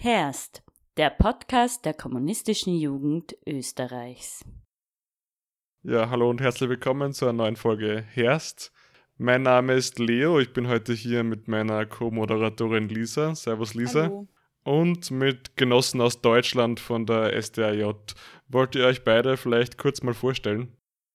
Herst, der Podcast der Kommunistischen Jugend Österreichs. Ja, hallo und herzlich willkommen zu einer neuen Folge Herst. Mein Name ist Leo, ich bin heute hier mit meiner Co-Moderatorin Lisa. Servus Lisa. Hallo. Und mit Genossen aus Deutschland von der SDAJ. Wollt ihr euch beide vielleicht kurz mal vorstellen?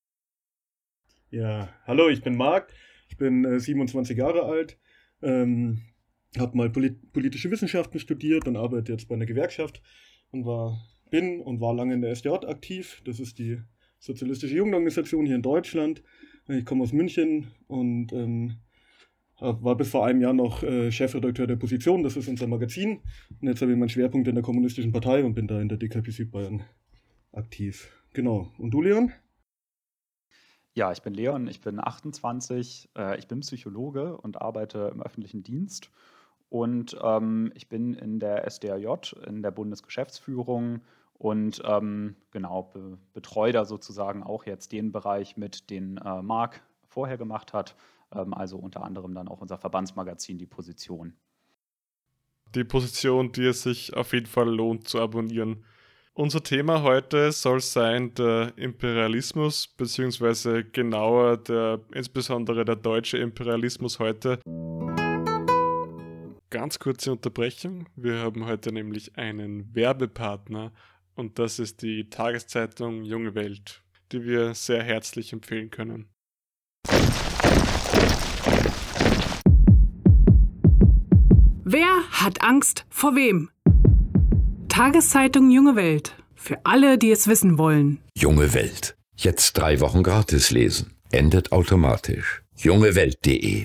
Ja, hallo, ich bin Marc, ich bin 27 Jahre alt, habe mal politische Wissenschaften studiert und arbeite jetzt bei einer Gewerkschaft und war lange in der SDJ aktiv. Das ist die Sozialistische Jugendorganisation hier in Deutschland. Ich komme aus München und war bis vor einem Jahr noch Chefredakteur der Position, das ist unser Magazin. Und jetzt habe ich meinen Schwerpunkt in der Kommunistischen Partei und bin da in der DKP Südbayern aktiv. Genau. Und du, Leon? Ja, ich bin Leon, ich bin 28, ich bin Psychologe und arbeite im öffentlichen Dienst. Und ich bin in der SDAJ, in der Bundesgeschäftsführung und betreue da sozusagen auch jetzt den Bereich mit, den Marc vorher gemacht hat, also unter anderem dann auch unser Verbandsmagazin, die Position. Die Position, die es sich auf jeden Fall lohnt zu abonnieren. Unser Thema heute soll sein der Imperialismus, beziehungsweise genauer insbesondere der deutsche Imperialismus heute. Ganz kurze Unterbrechung. Wir haben heute nämlich einen Werbepartner und das ist die Tageszeitung Junge Welt, die wir sehr herzlich empfehlen können. Wer hat Angst vor wem? Tageszeitung Junge Welt. Für alle, die es wissen wollen. Junge Welt. Jetzt 3 Wochen gratis lesen. Endet automatisch. jungewelt.de.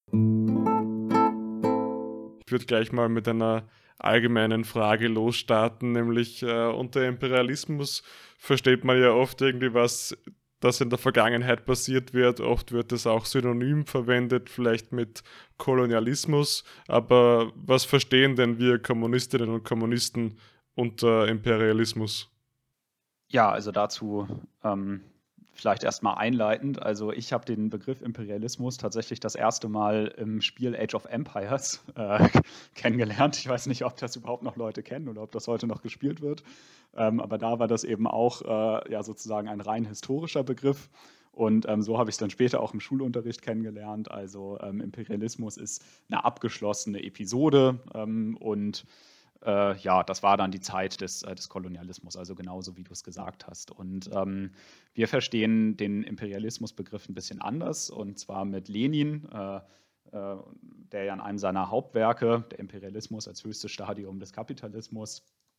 Ich würde gleich mal mit einer allgemeinen Frage losstarten, nämlich unter Imperialismus versteht man ja oft irgendwie was, das in der Vergangenheit passiert wird. Oft wird es auch synonym verwendet, vielleicht mit Kolonialismus. Aber was verstehen denn wir Kommunistinnen und Kommunisten unter Imperialismus? Ja, also dazu vielleicht erstmal einleitend. Also ich habe den Begriff Imperialismus tatsächlich das erste Mal im Spiel Age of Empires kennengelernt. Ich weiß nicht, ob das überhaupt noch Leute kennen oder ob das heute noch gespielt wird. Aber da war das eben auch sozusagen ein rein historischer Begriff. Und so habe ich es dann später auch im Schulunterricht kennengelernt. Also Imperialismus ist eine abgeschlossene Episode das war dann die Zeit des Kolonialismus, also genauso wie du es gesagt hast. Und wir verstehen den Imperialismusbegriff ein bisschen anders, und zwar mit Lenin, der ja in einem seiner Hauptwerke, der Imperialismus als höchstes Stadium des Kapitalismus,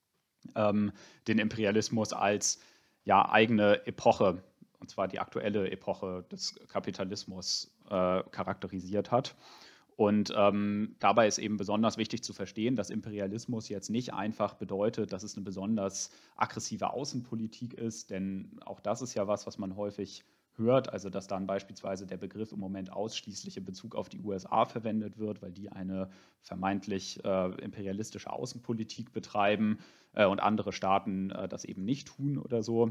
den Imperialismus als eigene Epoche, und zwar die aktuelle Epoche des Kapitalismus, charakterisiert hat. Und dabei ist eben besonders wichtig zu verstehen, dass Imperialismus jetzt nicht einfach bedeutet, dass es eine besonders aggressive Außenpolitik ist, denn auch das ist ja was man häufig hört, also dass dann beispielsweise der Begriff im Moment ausschließlich in Bezug auf die USA verwendet wird, weil die eine vermeintlich imperialistische Außenpolitik betreiben und andere Staaten das eben nicht tun oder so.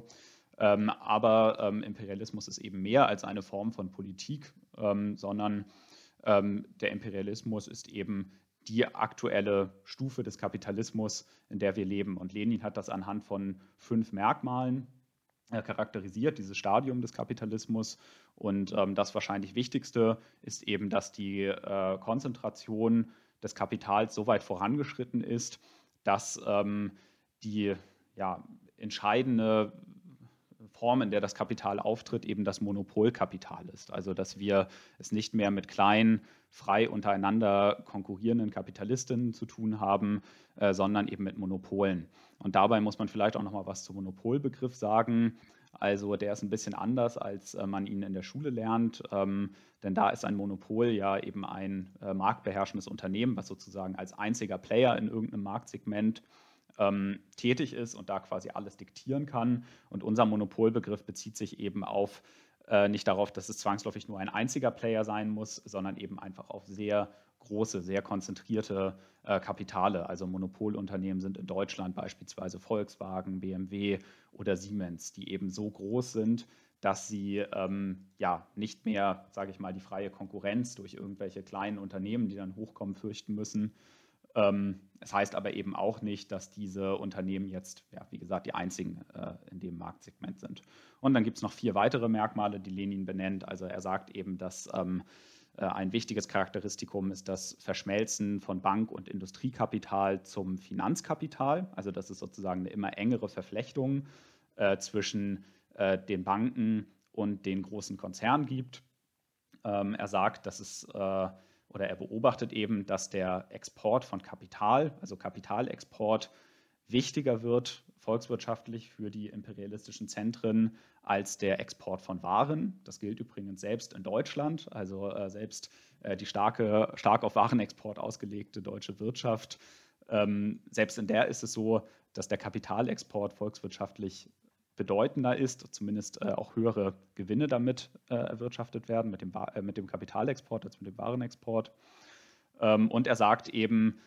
Aber Imperialismus ist eben mehr als eine Form von Politik, sondern der Imperialismus ist eben die aktuelle Stufe des Kapitalismus, in der wir leben. Und Lenin hat das anhand von 5 Merkmalen charakterisiert, dieses Stadium des Kapitalismus. Und das wahrscheinlich Wichtigste ist eben, dass die Konzentration des Kapitals so weit vorangeschritten ist, dass die entscheidende Form, in der das Kapital auftritt, eben das Monopolkapital ist. Also dass wir es nicht mehr mit kleinen, frei untereinander konkurrierenden Kapitalistinnen zu tun haben, sondern eben mit Monopolen. Und dabei muss man vielleicht auch noch mal was zum Monopolbegriff sagen. Also der ist ein bisschen anders, als man ihn in der Schule lernt, denn da ist ein Monopol ja eben ein marktbeherrschendes Unternehmen, was sozusagen als einziger Player in irgendeinem Marktsegment tätig ist und da quasi alles diktieren kann. Und unser Monopolbegriff bezieht sich eben auf nicht darauf, dass es zwangsläufig nur ein einziger Player sein muss, sondern eben einfach auf sehr große, sehr konzentrierte Kapitale. Also Monopolunternehmen sind in Deutschland beispielsweise Volkswagen, BMW oder Siemens, die eben so groß sind, dass sie nicht mehr, sage ich mal, die freie Konkurrenz durch irgendwelche kleinen Unternehmen, die dann hochkommen, fürchten müssen, Es heißt aber eben auch nicht, dass diese Unternehmen jetzt, ja, wie gesagt, die einzigen in dem Marktsegment sind. Und dann gibt es noch 4 weitere Merkmale, die Lenin benennt. Also er sagt eben, dass ein wichtiges Charakteristikum ist das Verschmelzen von Bank- und Industriekapital zum Finanzkapital. Also dass es sozusagen eine immer engere Verflechtung zwischen den Banken und den großen Konzernen gibt. Er sagt, dass es oder er beobachtet eben, dass der Export von Kapital, also Kapitalexport, wichtiger wird volkswirtschaftlich für die imperialistischen Zentren als der Export von Waren. Das gilt übrigens selbst in Deutschland, also selbst die stark auf Warenexport ausgelegte deutsche Wirtschaft. Selbst in der ist es so, dass der Kapitalexport volkswirtschaftlich bedeutender ist, zumindest auch höhere Gewinne damit erwirtschaftet werden mit dem Kapitalexport als mit dem Warenexport. Und er sagt eben,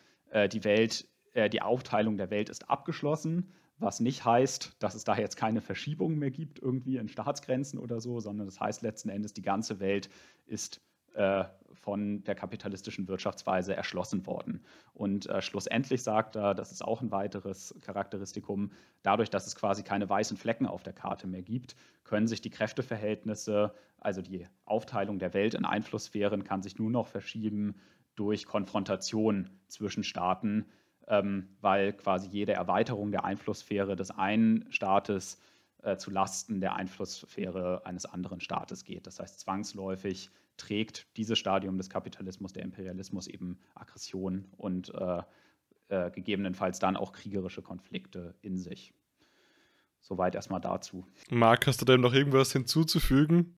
die Aufteilung der Welt ist abgeschlossen, was nicht heißt, dass es da jetzt keine Verschiebungen mehr gibt irgendwie in Staatsgrenzen oder so, sondern das heißt letzten Endes, die ganze Welt ist von der kapitalistischen Wirtschaftsweise erschlossen worden. Und schlussendlich sagt er, das ist auch ein weiteres Charakteristikum, dadurch, dass es quasi keine weißen Flecken auf der Karte mehr gibt, können sich die Kräfteverhältnisse, also die Aufteilung der Welt in Einflusssphären, kann sich nur noch verschieben durch Konfrontation zwischen Staaten, weil quasi jede Erweiterung der Einflusssphäre des einen Staates zu Lasten der Einflusssphäre eines anderen Staates geht. Das heißt, zwangsläufig trägt dieses Stadium des Kapitalismus, der Imperialismus, eben Aggression und gegebenenfalls dann auch kriegerische Konflikte in sich. Soweit erstmal dazu. Marc, hast du dem noch irgendwas hinzuzufügen?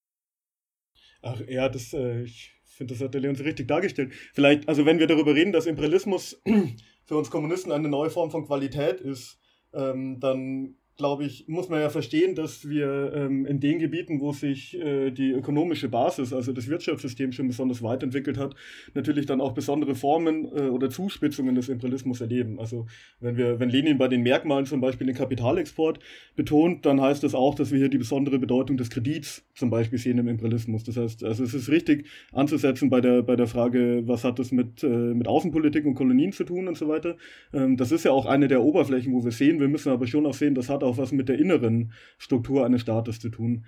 Ach ja, ich finde, das hat der Leon so richtig dargestellt. Vielleicht, also wenn wir darüber reden, dass Imperialismus für uns Kommunisten eine neue Form von Qualität ist, dann glaube ich, muss man ja verstehen, dass wir in den Gebieten, wo sich die ökonomische Basis, also das Wirtschaftssystem schon besonders weit entwickelt hat, natürlich dann auch besondere Formen oder Zuspitzungen des Imperialismus erleben. Also wenn Lenin bei den Merkmalen zum Beispiel den Kapitalexport betont, dann heißt das auch, dass wir hier die besondere Bedeutung des Kredits zum Beispiel sehen im Imperialismus. Das heißt, also es ist richtig anzusetzen bei der Frage, was hat das mit Außenpolitik und Kolonien zu tun und so weiter. Das ist ja auch eine der Oberflächen, wo wir sehen. Wir müssen aber schon auch sehen, das hat auch was mit der inneren Struktur eines Staates zu tun.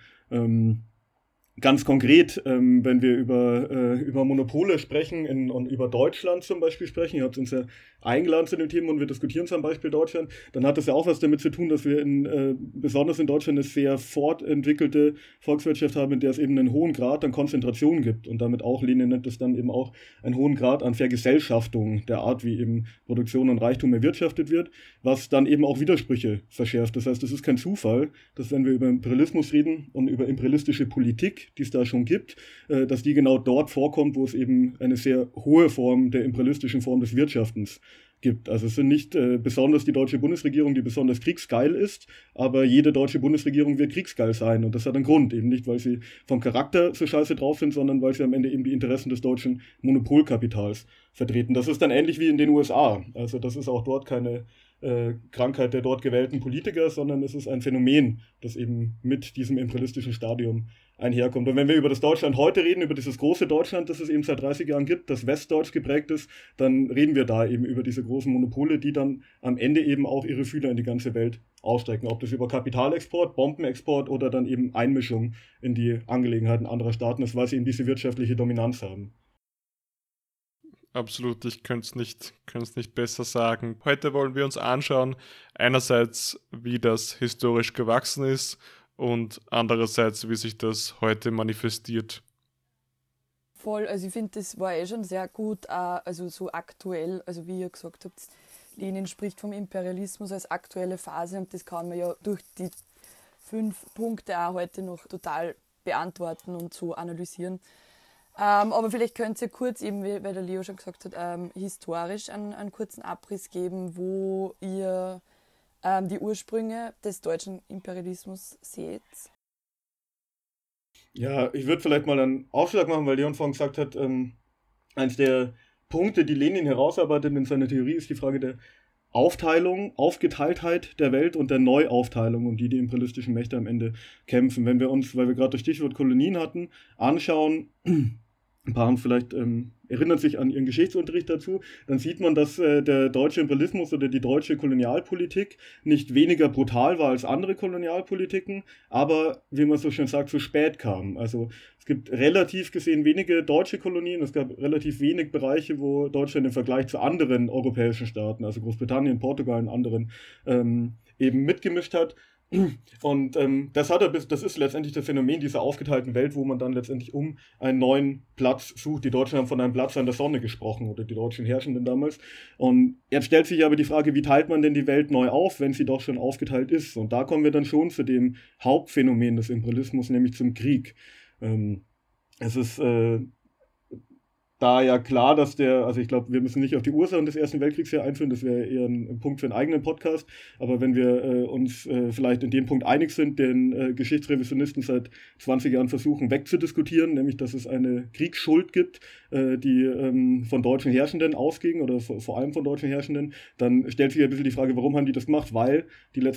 Ganz konkret, wenn wir über Monopole sprechen und über Deutschland zum Beispiel sprechen, ihr habt uns ja eingeladen zu den Themen und wir diskutieren zum Beispiel Deutschland, dann hat das ja auch was damit zu tun, dass wir besonders in Deutschland eine sehr fortentwickelte Volkswirtschaft haben, in der es eben einen hohen Grad an Konzentration gibt und damit auch, Lenin nennt es dann eben auch einen hohen Grad an Vergesellschaftung der Art, wie eben Produktion und Reichtum erwirtschaftet wird, was dann eben auch Widersprüche verschärft. Das heißt, es ist kein Zufall, dass wenn wir über Imperialismus reden und über imperialistische Politik, die es da schon gibt, dass die genau dort vorkommt, wo es eben eine sehr hohe Form der imperialistischen Form des Wirtschaftens gibt. Also es sind nicht besonders die deutsche Bundesregierung, die besonders kriegsgeil ist, aber jede deutsche Bundesregierung wird kriegsgeil sein und das hat einen Grund, eben nicht, weil sie vom Charakter so scheiße drauf sind, sondern weil sie am Ende eben die Interessen des deutschen Monopolkapitals vertreten. Das ist dann ähnlich wie in den USA. Also das ist auch dort keine Krankheit der dort gewählten Politiker, sondern es ist ein Phänomen, das eben mit diesem imperialistischen Stadium einherkommt. Und wenn wir über das Deutschland heute reden, über dieses große Deutschland, das es eben seit 30 Jahren gibt, das westdeutsch geprägt ist, dann reden wir da eben über diese großen Monopole, die dann am Ende eben auch ihre Fühler in die ganze Welt ausstrecken. Ob das über Kapitalexport, Bombenexport oder dann eben Einmischung in die Angelegenheiten anderer Staaten ist, weil sie eben diese wirtschaftliche Dominanz haben. Absolut, ich könnte es nicht besser sagen. Heute wollen wir uns anschauen, einerseits, wie das historisch gewachsen ist und andererseits, wie sich das heute manifestiert. Voll, also ich finde, das war schon sehr gut, also so aktuell, also wie ihr gesagt habt, Lenin spricht vom Imperialismus als aktuelle Phase und das kann man ja durch die 5 Punkte auch heute noch total beantworten und so analysieren. Aber vielleicht könnt ihr kurz, eben wie der Leo schon gesagt hat, historisch einen kurzen Abriss geben, wo ihr die Ursprünge des deutschen Imperialismus seht. Ja, ich würde vielleicht mal einen Aufschlag machen, weil Leon vorhin gesagt hat, eins der Punkte, die Lenin herausarbeitet in seiner Theorie, ist die Frage der Aufteilung, Aufgeteiltheit der Welt und der Neuaufteilung, um die imperialistischen Mächte am Ende kämpfen. Wenn wir uns, weil wir gerade das Stichwort Kolonien hatten, anschauen, ein paar haben vielleicht erinnern sich an ihren Geschichtsunterricht dazu, dann sieht man, dass der deutsche Imperialismus oder die deutsche Kolonialpolitik nicht weniger brutal war als andere Kolonialpolitiken, aber, wie man so schön sagt, zu spät kam. Also es gibt relativ gesehen wenige deutsche Kolonien, es gab relativ wenig Bereiche, wo Deutschland im Vergleich zu anderen europäischen Staaten, also Großbritannien, Portugal und anderen, eben mitgemischt hat. Und das ist letztendlich das Phänomen dieser aufgeteilten Welt, wo man dann letztendlich um einen neuen Platz sucht. Die Deutschen haben von einem Platz an der Sonne gesprochen, oder die deutschen Herrschenden damals. Und jetzt stellt sich aber die Frage, wie teilt man denn die Welt neu auf, wenn sie doch schon aufgeteilt ist? Und da kommen wir dann schon zu dem Hauptphänomen des Imperialismus, nämlich zum Krieg. Es ist da ja klar, dass also ich glaube, wir müssen nicht auf die Ursachen des Ersten Weltkriegs hier einführen, das wäre eher ein Punkt für einen eigenen Podcast, aber wenn wir uns vielleicht in dem Punkt einig sind, den Geschichtsrevisionisten seit 20 Jahren versuchen wegzudiskutieren, nämlich, dass es eine Kriegsschuld gibt, die von deutschen Herrschenden ausging, oder vor allem von deutschen Herrschenden, dann stellt sich ein bisschen die Frage, warum haben die das gemacht? Weil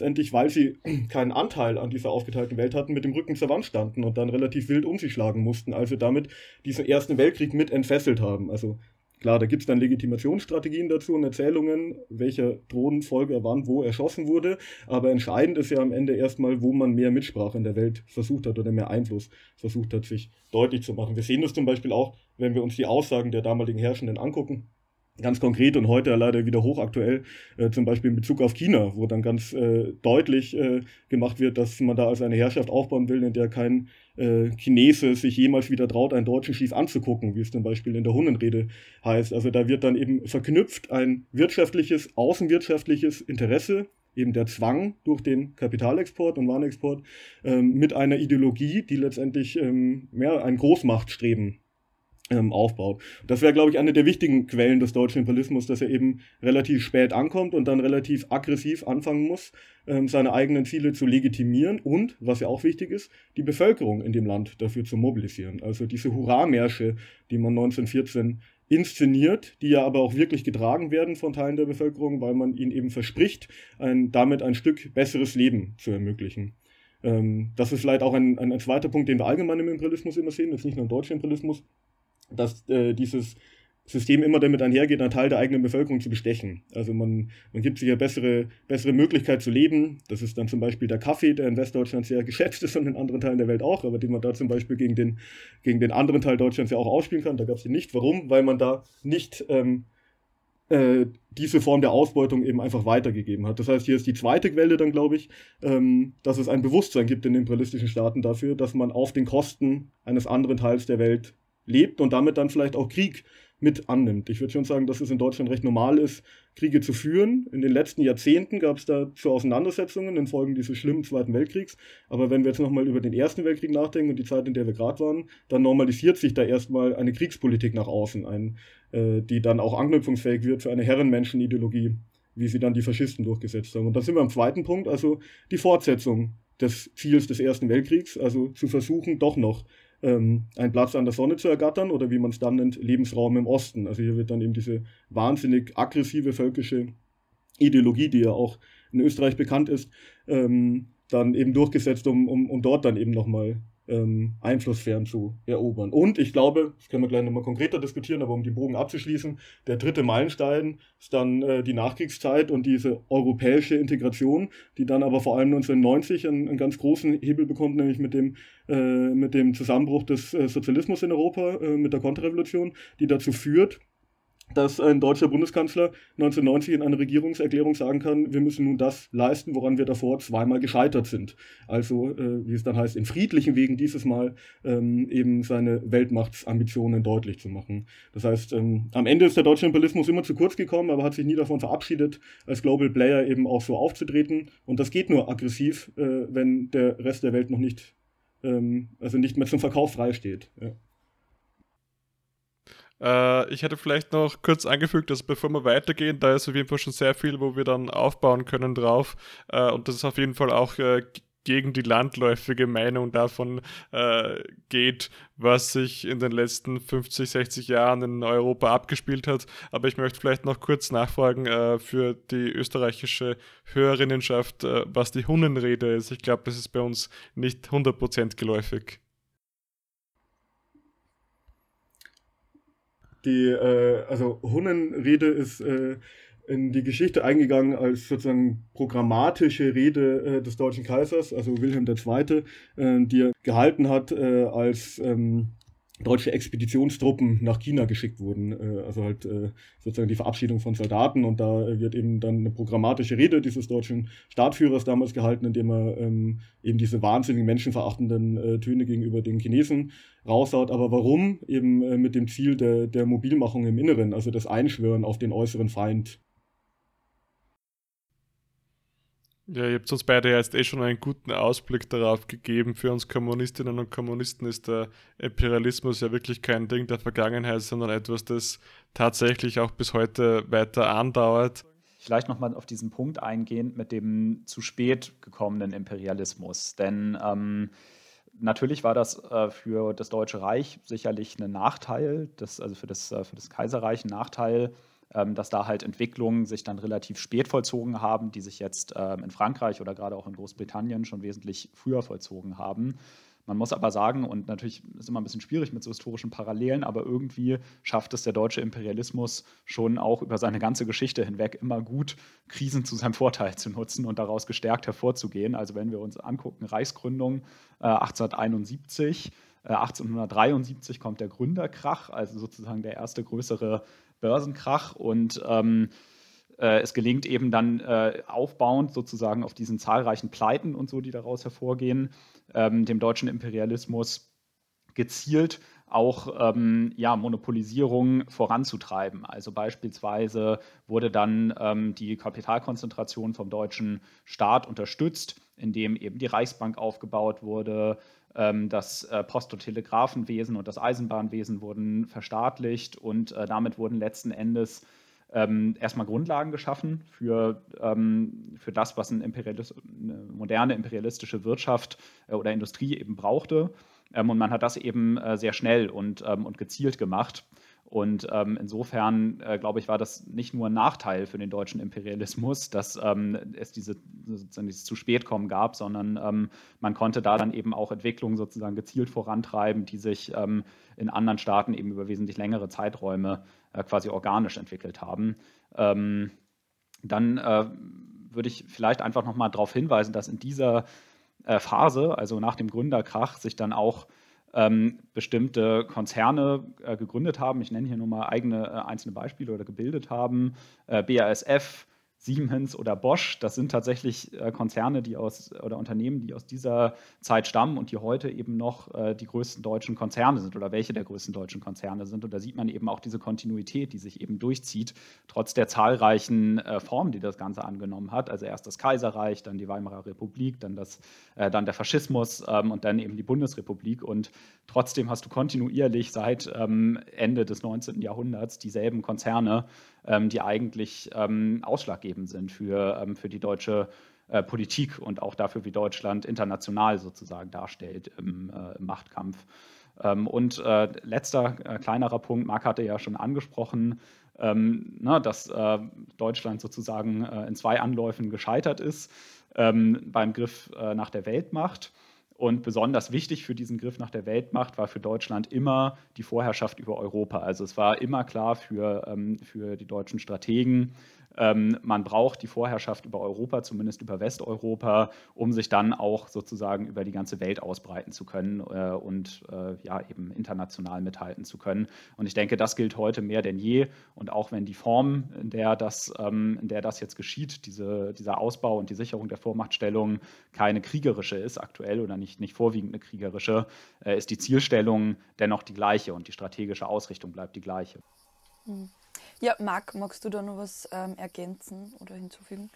sie keinen Anteil an dieser aufgeteilten Welt hatten, mit dem Rücken zur Wand standen und dann relativ wild um sich schlagen mussten, also damit diesen Ersten Weltkrieg mit entfesselt haben. Also klar, da gibt es dann Legitimationsstrategien dazu und Erzählungen, welcher Thronfolger wann wo erschossen wurde, aber entscheidend ist ja am Ende erstmal, wo man mehr Mitsprache in der Welt versucht hat oder mehr Einfluss versucht hat, sich deutlich zu machen. Wir sehen das zum Beispiel auch, wenn wir uns die Aussagen der damaligen Herrschenden angucken, ganz konkret und heute leider wieder hochaktuell, zum Beispiel in Bezug auf China, wo dann ganz deutlich gemacht wird, dass man da also eine Herrschaft aufbauen will, in der kein Chinese sich jemals wieder traut, einen deutschen Schief anzugucken, wie es zum Beispiel in der Hunnenrede heißt. Also da wird dann eben verknüpft ein wirtschaftliches, außenwirtschaftliches Interesse, eben der Zwang durch den Kapitalexport und Warenexport, mit einer Ideologie, die letztendlich ein Großmachtstreben aufbaut. Das wäre, glaube ich, eine der wichtigen Quellen des deutschen Imperialismus, dass er eben relativ spät ankommt und dann relativ aggressiv anfangen muss, seine eigenen Ziele zu legitimieren und, was ja auch wichtig ist, die Bevölkerung in dem Land dafür zu mobilisieren. Also diese Hurramärsche, die man 1914 inszeniert, die ja aber auch wirklich getragen werden von Teilen der Bevölkerung, weil man ihnen eben verspricht, damit ein Stück besseres Leben zu ermöglichen. Das ist vielleicht auch ein zweiter Punkt, den wir allgemein im Imperialismus immer sehen, das ist nicht nur im deutschen Imperialismus, dass dieses System immer damit einhergeht, einen Teil der eigenen Bevölkerung zu bestechen. Also man gibt sich ja bessere Möglichkeit zu leben. Das ist dann zum Beispiel der Kaffee, der in Westdeutschland sehr geschätzt ist und in anderen Teilen der Welt auch, aber den man da zum Beispiel gegen den anderen Teil Deutschlands ja auch ausspielen kann. Da gab es den nicht. Warum? Weil man da nicht diese Form der Ausbeutung eben einfach weitergegeben hat. Das heißt, hier ist die zweite Quelle dann, glaube ich, dass es ein Bewusstsein gibt in den imperialistischen Staaten dafür, dass man auf den Kosten eines anderen Teils der Welt lebt und damit dann vielleicht auch Krieg mit annimmt. Ich würde schon sagen, dass es in Deutschland recht normal ist, Kriege zu führen. In den letzten Jahrzehnten gab es dazu Auseinandersetzungen infolge dieses schlimmen Zweiten Weltkriegs. Aber wenn wir jetzt nochmal über den Ersten Weltkrieg nachdenken und die Zeit, in der wir gerade waren, dann normalisiert sich da erstmal eine Kriegspolitik nach außen, die dann auch anknüpfungsfähig wird für eine Herrenmenschenideologie, wie sie dann die Faschisten durchgesetzt haben. Und dann sind wir am zweiten Punkt, also die Fortsetzung des Ziels des Ersten Weltkriegs, also zu versuchen, doch noch einen Platz an der Sonne zu ergattern oder wie man es dann nennt, Lebensraum im Osten. Also hier wird dann eben diese wahnsinnig aggressive völkische Ideologie, die ja auch in Österreich bekannt ist, dann eben durchgesetzt, um dort dann eben nochmal Einflusssphären zu erobern. Und ich glaube, das können wir gleich nochmal konkreter diskutieren, aber um den Bogen abzuschließen, der dritte Meilenstein ist dann die Nachkriegszeit und diese europäische Integration, die dann aber vor allem 1990 einen ganz großen Hebel bekommt, nämlich mit dem Zusammenbruch des Sozialismus in Europa, mit der Konterrevolution, die dazu führt, dass ein deutscher Bundeskanzler 1990 in einer Regierungserklärung sagen kann, wir müssen nun das leisten, woran wir davor zweimal gescheitert sind. Also, wie es dann heißt, in friedlichen Wegen dieses Mal eben seine Weltmachtsambitionen deutlich zu machen. Das heißt, am Ende ist der deutsche Imperialismus immer zu kurz gekommen, aber hat sich nie davon verabschiedet, als Global Player eben auch so aufzutreten. Und das geht nur aggressiv, wenn der Rest der Welt noch nicht mehr zum Verkauf frei steht. Ja. Ich hätte vielleicht noch kurz angefügt, dass bevor wir weitergehen, da ist auf jeden Fall schon sehr viel, wo wir dann aufbauen können drauf. Und das ist auf jeden Fall auch gegen die landläufige Meinung davon geht, was sich in den letzten 50, 60 Jahren in Europa abgespielt hat. Aber ich möchte vielleicht noch kurz nachfragen für die österreichische Hörerinnenschaft, was die Hunnenrede ist. Ich glaube, das ist bei uns nicht 100% geläufig. also Hunnen-Rede ist in die Geschichte eingegangen als sozusagen programmatische Rede des Deutschen Kaisers, also Wilhelm II., die er gehalten hat, als deutsche Expeditionstruppen nach China geschickt wurden, also halt sozusagen die Verabschiedung von Soldaten, und da wird eben dann eine programmatische Rede dieses deutschen Staatsführers damals gehalten, indem er eben diese wahnsinnigen menschenverachtenden Töne gegenüber den Chinesen raushaut. Aber warum? Eben mit dem Ziel der Mobilmachung im Inneren, also das Einschwören auf den äußeren Feind. Ja, ihr habt uns beide jetzt schon einen guten Ausblick darauf gegeben. Für uns Kommunistinnen und Kommunisten ist der Imperialismus ja wirklich kein Ding der Vergangenheit, sondern etwas, das tatsächlich auch bis heute weiter andauert. Vielleicht nochmal auf diesen Punkt eingehen mit dem zu spät gekommenen Imperialismus. Denn natürlich war das für das Deutsche Reich sicherlich ein Nachteil, also für das Kaiserreich ein Nachteil, dass da halt Entwicklungen sich dann relativ spät vollzogen haben, die sich jetzt in Frankreich oder gerade auch in Großbritannien schon wesentlich früher vollzogen haben. Man muss aber sagen, und natürlich ist es immer ein bisschen schwierig mit so historischen Parallelen, aber irgendwie schafft es der deutsche Imperialismus schon auch über seine ganze Geschichte hinweg immer gut, Krisen zu seinem Vorteil zu nutzen und daraus gestärkt hervorzugehen. Also wenn wir uns angucken, Reichsgründung 1871, 1873 kommt der Gründerkrach, also sozusagen der erste größere Börsenkrach, und es gelingt eben dann aufbauend sozusagen auf diesen zahlreichen Pleiten und so, die daraus hervorgehen, dem deutschen Imperialismus gezielt auch Monopolisierung voranzutreiben. Also beispielsweise wurde dann die Kapitalkonzentration vom deutschen Staat unterstützt, indem eben die Reichsbank aufgebaut wurde. Das Post- und Telegrafenwesen und das Eisenbahnwesen wurden verstaatlicht, und damit wurden letzten Endes erstmal Grundlagen geschaffen für das, was eine moderne imperialistische Wirtschaft oder Industrie eben brauchte. Und man hat das eben sehr schnell und gezielt gemacht. Und insofern, glaube ich, war das nicht nur ein Nachteil für den deutschen Imperialismus, dass es dieses zu spät kommen gab, sondern man konnte da dann eben auch Entwicklungen sozusagen gezielt vorantreiben, die sich in anderen Staaten eben über wesentlich längere Zeiträume quasi organisch entwickelt haben. Dann würde ich vielleicht einfach nochmal darauf hinweisen, dass in dieser Phase, also nach dem Gründerkrach, sich dann auch bestimmte Konzerne gegründet haben. Ich nenne hier nur mal einzelne Beispiele oder gebildet haben. BASF, Siemens oder Bosch, das sind tatsächlich Konzerne, oder Unternehmen, die aus dieser Zeit stammen und die heute eben noch die größten deutschen Konzerne sind oder welche der größten deutschen Konzerne sind. Und da sieht man eben auch diese Kontinuität, die sich eben durchzieht, trotz der zahlreichen Formen, die das Ganze angenommen hat. Also erst das Kaiserreich, dann die Weimarer Republik, dann der Faschismus und dann eben die Bundesrepublik. Und trotzdem hast du kontinuierlich seit Ende des 19. Jahrhunderts dieselben Konzerne, die eigentlich ausschlaggebend sind für die deutsche Politik und auch dafür, wie Deutschland international sozusagen darstellt im Machtkampf. Und letzter kleinerer Punkt, Marc hatte ja schon angesprochen, dass Deutschland sozusagen in 2 Anläufen gescheitert ist beim Griff nach der Weltmacht. Und besonders wichtig für diesen Griff nach der Weltmacht war für Deutschland immer die Vorherrschaft über Europa. Also es war immer klar für die deutschen Strategen, man braucht die Vorherrschaft über Europa, zumindest über Westeuropa, um sich dann auch sozusagen über die ganze Welt ausbreiten zu können und eben international mithalten zu können. Und ich denke, das gilt heute mehr denn je. Und auch wenn die Form, in der das jetzt geschieht, dieser Ausbau und die Sicherung der Vormachtstellung keine kriegerische ist aktuell oder nicht vorwiegend eine kriegerische, ist die Zielstellung dennoch die gleiche und die strategische Ausrichtung bleibt die gleiche. Ja, Marc, magst du da noch was ergänzen oder hinzufügen?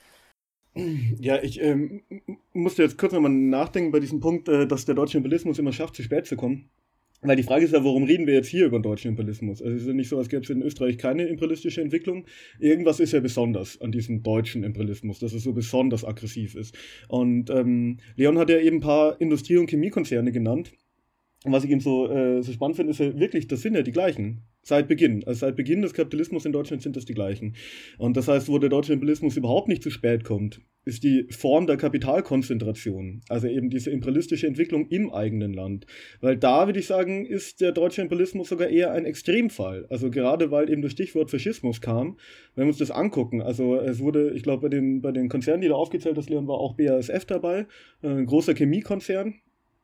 Ja, ich musste jetzt kurz nochmal nachdenken bei diesem Punkt, dass der deutsche Imperialismus immer schafft, zu spät zu kommen. Weil die Frage ist ja, warum reden wir jetzt hier über den deutschen Imperialismus? Also es ist ja nicht so, als gäbe es in Österreich keine imperialistische Entwicklung. Irgendwas ist ja besonders an diesem deutschen Imperialismus, dass es so besonders aggressiv ist. Und Leon hat ja eben ein paar Industrie- und Chemiekonzerne genannt. Und was ich eben so spannend finde, ist ja wirklich, das sind ja die gleichen. seit Beginn. Also seit Beginn des Kapitalismus in Deutschland sind das die gleichen. Und das heißt, wo der deutsche Imperialismus überhaupt nicht zu spät kommt, ist die Form der Kapitalkonzentration. Also eben diese imperialistische Entwicklung im eigenen Land. Weil da, würde ich sagen, ist der deutsche Imperialismus sogar eher ein Extremfall. Also gerade weil eben das Stichwort Faschismus kam, wenn wir uns das angucken. Also es wurde, ich glaube, bei den Konzernen, die da aufgezählt hast, Leon, war auch BASF dabei, ein großer Chemiekonzern.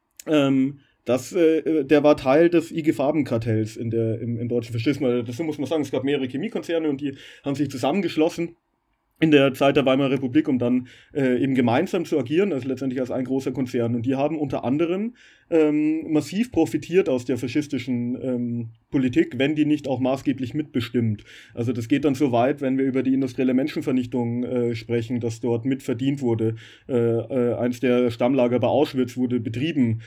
Der war Teil des IG Farben-Kartells im deutschen Faschismus. Das muss man sagen, es gab mehrere Chemiekonzerne und die haben sich zusammengeschlossen in der Zeit der Weimarer Republik, um dann eben gemeinsam zu agieren, also letztendlich als ein großer Konzern. Und die haben unter anderem massiv profitiert aus der faschistischen Politik, wenn die nicht auch maßgeblich mitbestimmt. Also das geht dann so weit, wenn wir über die industrielle Menschenvernichtung sprechen, dass dort mitverdient wurde. Eins der Stammlager bei Auschwitz wurde betrieben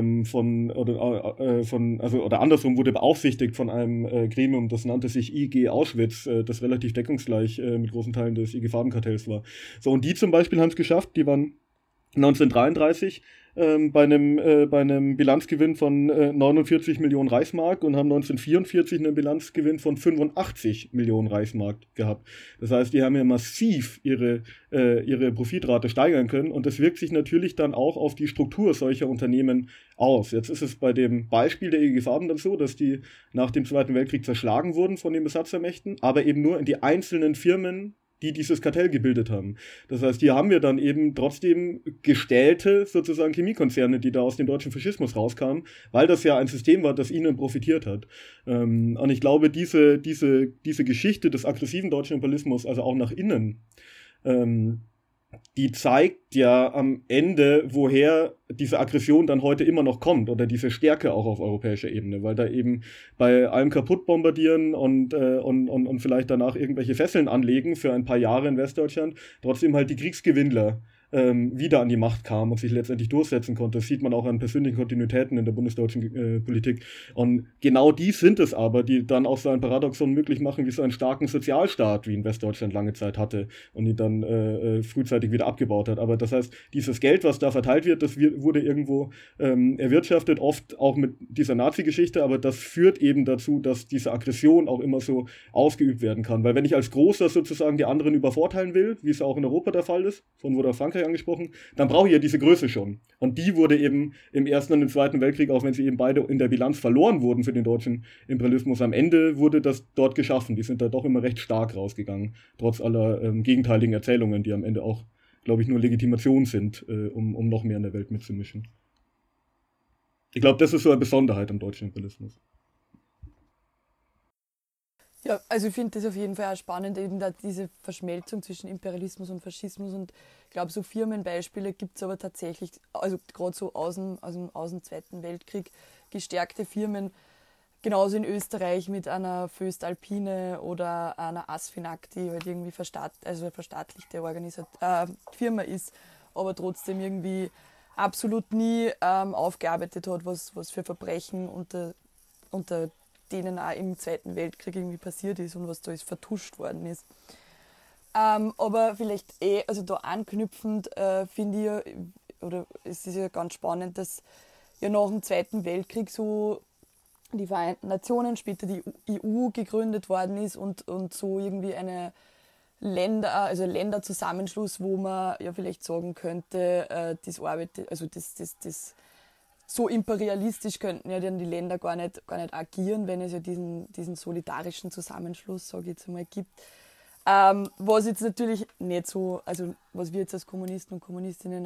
oder andersrum wurde beaufsichtigt von einem Gremium, das nannte sich IG Auschwitz, das relativ deckungsgleich mit großen Teilen des IG Farben-Kartells war. So, und die zum Beispiel haben es geschafft, die waren 1933 bei einem Bilanzgewinn von 49 Millionen Reichsmark und haben 1944 einen Bilanzgewinn von 85 Millionen Reichsmark gehabt. Das heißt, die haben ja massiv ihre Profitrate steigern können und das wirkt sich natürlich dann auch auf die Struktur solcher Unternehmen aus. Jetzt ist es bei dem Beispiel der IG Farben dann so, dass die nach dem Zweiten Weltkrieg zerschlagen wurden von den Besatzermächten, aber eben nur in die einzelnen Firmen, die dieses Kartell gebildet haben. Das heißt, hier haben wir dann eben trotzdem gestellte sozusagen Chemiekonzerne, die da aus dem deutschen Faschismus rauskamen, weil das ja ein System war, das ihnen profitiert hat. Und ich glaube, diese Geschichte des aggressiven deutschen Imperialismus, also auch nach innen, die zeigt ja am Ende, woher diese Aggression dann heute immer noch kommt oder diese Stärke auch auf europäischer Ebene, weil da eben bei allem kaputt bombardieren und vielleicht danach irgendwelche Fesseln anlegen für ein paar Jahre in Westdeutschland, trotzdem halt die Kriegsgewinnler wieder an die Macht kam und sich letztendlich durchsetzen konnte. Das sieht man auch an persönlichen Kontinuitäten in der bundesdeutschen Politik. Und genau die sind es aber, die dann auch so ein Paradoxon möglich machen, wie so einen starken Sozialstaat, wie in Westdeutschland lange Zeit hatte und ihn dann frühzeitig wieder abgebaut hat. Aber das heißt, dieses Geld, was da verteilt wird, das wurde irgendwo erwirtschaftet, oft auch mit dieser Nazi-Geschichte, aber das führt eben dazu, dass diese Aggression auch immer so ausgeübt werden kann. Weil wenn ich als Großer sozusagen die anderen übervorteilen will, wie es auch in Europa der Fall ist, von wurde Frankreich angesprochen, dann brauche ich ja diese Größe schon. Und die wurde eben im Ersten und im Zweiten Weltkrieg, auch wenn sie eben beide in der Bilanz verloren wurden für den deutschen Imperialismus, am Ende wurde das dort geschaffen. Die sind da doch immer recht stark rausgegangen, trotz aller gegenteiligen Erzählungen, die am Ende auch, glaube ich, nur Legitimation sind, um noch mehr in der Welt mitzumischen. Ich glaube, das ist so eine Besonderheit am deutschen Imperialismus. Ja, also ich finde das auf jeden Fall auch spannend, eben da diese Verschmelzung zwischen Imperialismus und Faschismus, und ich glaube, so Firmenbeispiele gibt es aber tatsächlich, also gerade so aus dem Zweiten Weltkrieg, gestärkte Firmen, genauso in Österreich mit einer Voestalpine oder einer Asfinag, die halt irgendwie eine verstaatlichte Firma ist, aber trotzdem irgendwie absolut nie aufgearbeitet hat, was für Verbrechen unter denen auch im Zweiten Weltkrieg irgendwie passiert ist und was da ist vertuscht worden ist. Aber vielleicht also da anknüpfend finde ich ja, oder es ist ja ganz spannend, dass ja nach dem Zweiten Weltkrieg so die Vereinten Nationen, später die EU gegründet worden ist und so irgendwie eine Länderzusammenschluss, wo man ja vielleicht sagen könnte, das so imperialistisch könnten ja dann die Länder gar nicht agieren, wenn es ja diesen solidarischen Zusammenschluss, sage ich jetzt einmal, gibt. Was jetzt natürlich nicht so, also was wir jetzt als Kommunisten und Kommunistinnen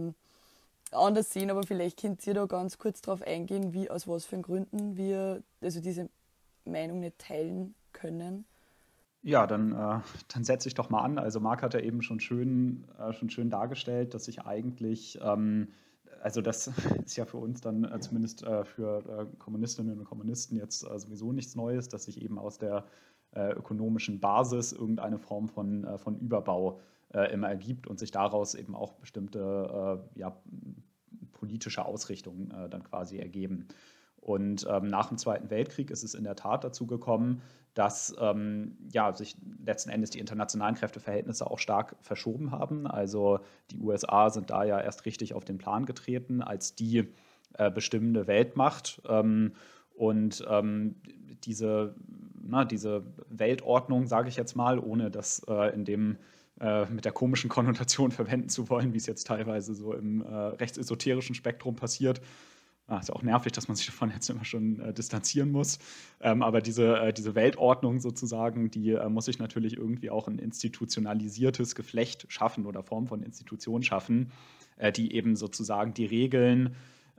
anders sehen, aber vielleicht könnt ihr da ganz kurz drauf eingehen, aus was für Gründen wir also diese Meinung nicht teilen können. Ja, dann setze ich doch mal an. Also Marc hat ja eben schon schön dargestellt, dass sich eigentlich also das ist ja für uns dann zumindest für Kommunistinnen und Kommunisten jetzt sowieso nichts Neues, dass sich eben aus der ökonomischen Basis irgendeine Form von Überbau immer ergibt und sich daraus eben auch bestimmte politische Ausrichtungen dann quasi ergeben. Und nach dem Zweiten Weltkrieg ist es in der Tat dazu gekommen, dass sich letzten Endes die internationalen Kräfteverhältnisse auch stark verschoben haben. Also die USA sind da ja erst richtig auf den Plan getreten als die bestimmende Weltmacht. Und diese diese Weltordnung, sage ich jetzt mal, ohne das in dem mit der komischen Konnotation verwenden zu wollen, wie es jetzt teilweise so im rechtsesoterischen Spektrum passiert. Ist ja auch nervig, dass man sich davon jetzt immer schon distanzieren muss. Aber diese Weltordnung sozusagen, die muss sich natürlich irgendwie auch ein institutionalisiertes Geflecht schaffen oder Form von Institution schaffen, die eben sozusagen die Regeln,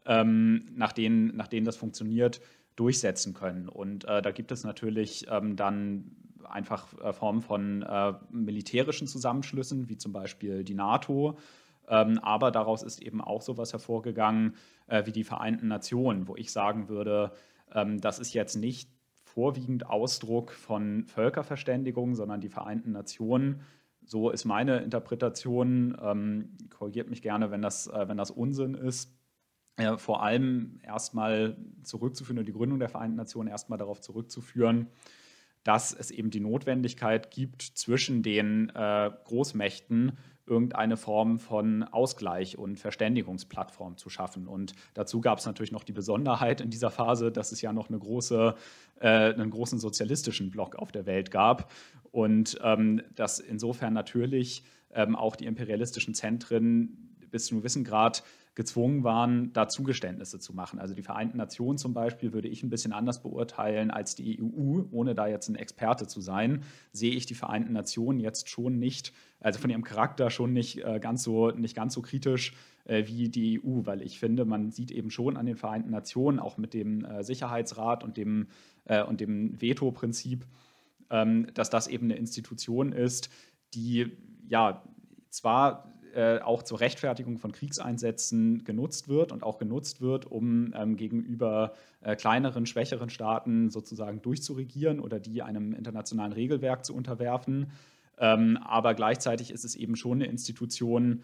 nach denen das funktioniert, durchsetzen können. Und da gibt es natürlich dann einfach Formen von militärischen Zusammenschlüssen, wie zum Beispiel die NATO. Aber daraus ist eben auch sowas hervorgegangen wie die Vereinten Nationen, wo ich sagen würde, das ist jetzt nicht vorwiegend Ausdruck von Völkerverständigung, sondern die Vereinten Nationen, so ist meine Interpretation, korrigiert mich gerne, wenn das Unsinn ist, vor allem erstmal zurückzuführen und die Gründung der Vereinten Nationen erstmal darauf zurückzuführen, dass es eben die Notwendigkeit gibt, zwischen den Großmächten irgendeine Form von Ausgleich und Verständigungsplattform zu schaffen. Und dazu gab es natürlich noch die Besonderheit in dieser Phase, dass es ja noch einen großen sozialistischen Block auf der Welt gab und dass insofern natürlich auch die imperialistischen Zentren bis zu einem gewissen Grad gezwungen waren, da Zugeständnisse zu machen. Also die Vereinten Nationen zum Beispiel würde ich ein bisschen anders beurteilen als die EU, ohne da jetzt ein Experte zu sein, sehe ich die Vereinten Nationen jetzt schon nicht, also von ihrem Charakter schon nicht ganz so kritisch wie die EU, weil ich finde, man sieht eben schon an den Vereinten Nationen, auch mit dem Sicherheitsrat und dem Veto-Prinzip, dass das eben eine Institution ist, die ja zwar auch zur Rechtfertigung von Kriegseinsätzen genutzt wird und auch genutzt wird, um gegenüber kleineren, schwächeren Staaten sozusagen durchzuregieren oder die einem internationalen Regelwerk zu unterwerfen. Aber gleichzeitig ist es eben schon eine Institution,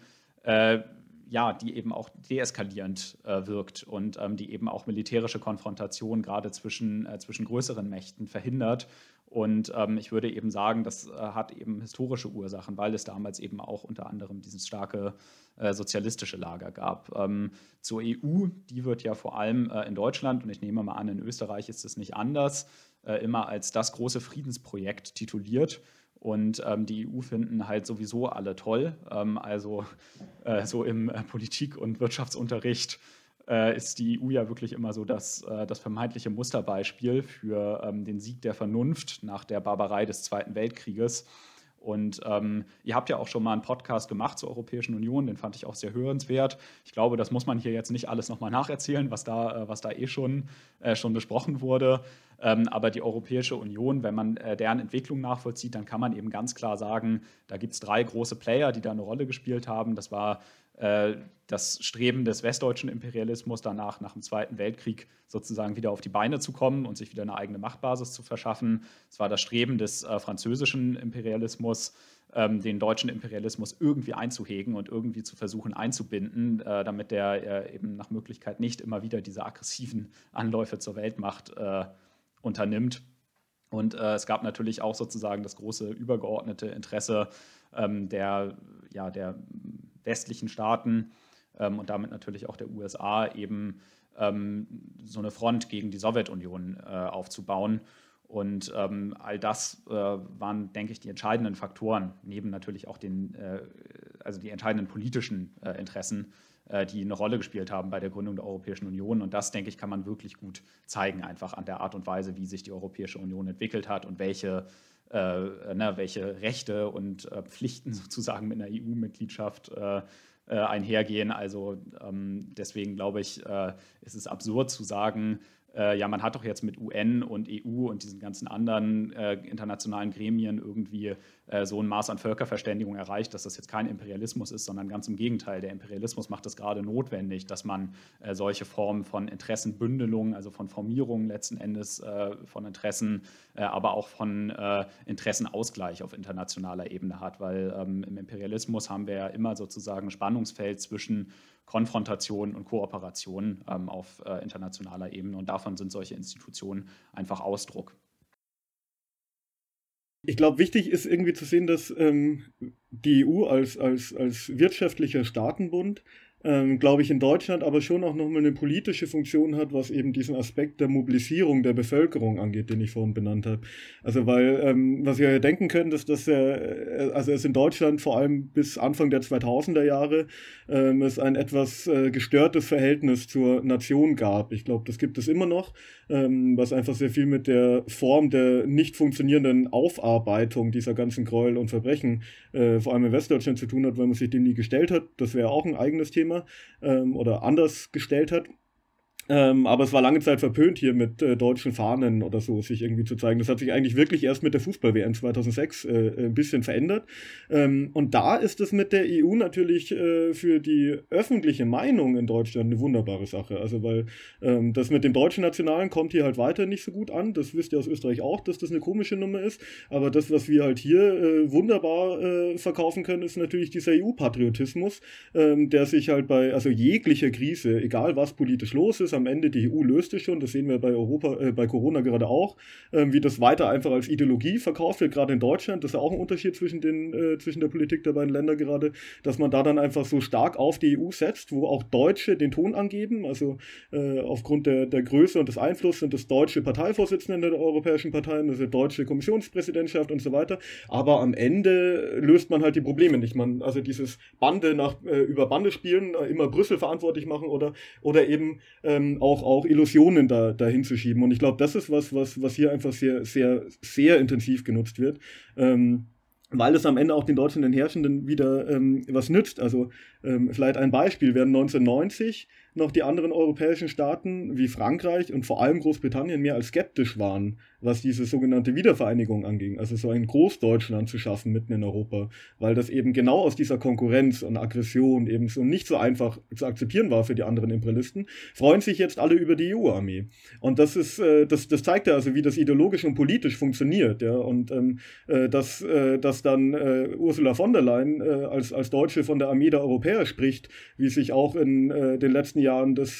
die eben auch deeskalierend wirkt und die eben auch militärische Konfrontation gerade zwischen größeren Mächten verhindert. Und ich würde eben sagen, das hat eben historische Ursachen, weil es damals eben auch unter anderem dieses starke sozialistische Lager gab. Zur EU, die wird ja vor allem in Deutschland, und ich nehme mal an, in Österreich ist es nicht anders, immer als das große Friedensprojekt tituliert. Und die EU finden halt sowieso alle toll. So im Politik- und Wirtschaftsunterricht ist die EU ja wirklich immer so das vermeintliche Musterbeispiel für den Sieg der Vernunft nach der Barbarei des Zweiten Weltkrieges. Und ihr habt ja auch schon mal einen Podcast gemacht zur Europäischen Union, den fand ich auch sehr hörenswert. Ich glaube, das muss man hier jetzt nicht alles nochmal nacherzählen, was da schon besprochen wurde. Aber die Europäische Union, wenn man deren Entwicklung nachvollzieht, dann kann man eben ganz klar sagen, da gibt es 3 große Player, die da eine Rolle gespielt haben. Das war das Streben des westdeutschen Imperialismus danach, nach dem Zweiten Weltkrieg sozusagen wieder auf die Beine zu kommen und sich wieder eine eigene Machtbasis zu verschaffen. Es war das Streben des französischen Imperialismus, den deutschen Imperialismus irgendwie einzuhegen und irgendwie zu versuchen einzubinden, damit der eben nach Möglichkeit nicht immer wieder diese aggressiven Anläufe zur Weltmacht unternimmt. Und es gab natürlich auch sozusagen das große übergeordnete Interesse der westlichen Staaten und damit natürlich auch der USA eben so eine Front gegen die Sowjetunion aufzubauen. Und all das waren, denke ich, die entscheidenden Faktoren, neben natürlich auch die entscheidenden politischen Interessen, die eine Rolle gespielt haben bei der Gründung der Europäischen Union. Und das, denke ich, kann man wirklich gut zeigen, einfach an der Art und Weise, wie sich die Europäische Union entwickelt hat und welche Rechte und Pflichten sozusagen mit einer EU-Mitgliedschaft einhergehen. Also deswegen glaube ich, ist es absurd zu sagen, man hat doch jetzt mit UN und EU und diesen ganzen anderen internationalen Gremien irgendwie so ein Maß an Völkerverständigung erreicht, dass das jetzt kein Imperialismus ist, sondern ganz im Gegenteil. Der Imperialismus macht es gerade notwendig, dass man solche Formen von Interessenbündelung, also von Formierungen letzten Endes von Interessen, aber auch von Interessenausgleich auf internationaler Ebene hat, weil im Imperialismus haben wir ja immer sozusagen ein Spannungsfeld zwischen Konfrontation und Kooperation auf internationaler Ebene. Und davon sind solche Institutionen einfach Ausdruck. Ich glaube, wichtig ist irgendwie zu sehen, dass die EU als wirtschaftlicher Staatenbund glaube ich, in Deutschland aber schon auch nochmal eine politische Funktion hat, was eben diesen Aspekt der Mobilisierung der Bevölkerung angeht, den ich vorhin benannt habe. Also weil, was ihr ja denken könnt, ist, dass also es in Deutschland vor allem bis Anfang der 2000er Jahre es ein etwas gestörtes Verhältnis zur Nation gab. Ich glaube, das gibt es immer noch, was einfach sehr viel mit der Form der nicht funktionierenden Aufarbeitung dieser ganzen Gräuel und Verbrechen vor allem in Westdeutschland zu tun hat, weil man sich dem nie gestellt hat. Das wäre auch ein eigenes Thema oder anders gestellt hat. Aber es war lange Zeit verpönt, hier mit deutschen Fahnen oder so sich irgendwie zu zeigen. Das hat sich eigentlich wirklich erst mit der Fußball-WM 2006 ein bisschen verändert. Und da ist es mit der EU natürlich für die öffentliche Meinung in Deutschland eine wunderbare Sache. Also weil das mit dem deutschen Nationalen kommt hier halt weiter nicht so gut an. Das wisst ihr aus Österreich auch, dass das eine komische Nummer ist. Aber das, was wir halt hier wunderbar verkaufen können, ist natürlich dieser EU-Patriotismus, der sich halt bei jeglicher Krise, egal was politisch los ist, am Ende die EU löst es schon, das sehen wir bei Corona gerade auch, wie das weiter einfach als Ideologie verkauft wird, gerade in Deutschland. Das ist ja auch ein Unterschied zwischen der Politik der beiden Länder gerade, dass man da dann einfach so stark auf die EU setzt, wo auch Deutsche den Ton angeben, also aufgrund der Größe und des Einflusses sind das deutsche Parteivorsitzende der europäischen Parteien, also deutsche Kommissionspräsidentschaft und so weiter, aber am Ende löst man halt die Probleme nicht. Also dieses über Bande spielen, immer Brüssel verantwortlich machen oder eben auch Illusionen dahin zu schieben. Und ich glaube, das ist was hier einfach sehr, sehr, sehr intensiv genutzt wird. Weil es am Ende auch den Deutschen, den Herrschenden wieder was nützt. Also vielleicht ein Beispiel, während 1990 noch die anderen europäischen Staaten wie Frankreich und vor allem Großbritannien mehr als skeptisch waren, was diese sogenannte Wiedervereinigung anging. Also so ein Großdeutschland zu schaffen mitten in Europa, weil das eben genau aus dieser Konkurrenz und Aggression eben so nicht so einfach zu akzeptieren war für die anderen Imperialisten, freuen sich jetzt alle über die EU-Armee. Und das zeigt ja also, wie das ideologisch und politisch funktioniert. Ja? Und dass dann Ursula von der Leyen als Deutsche von der Armee der Europäer spricht, wie sich auch in den letzten Jahren des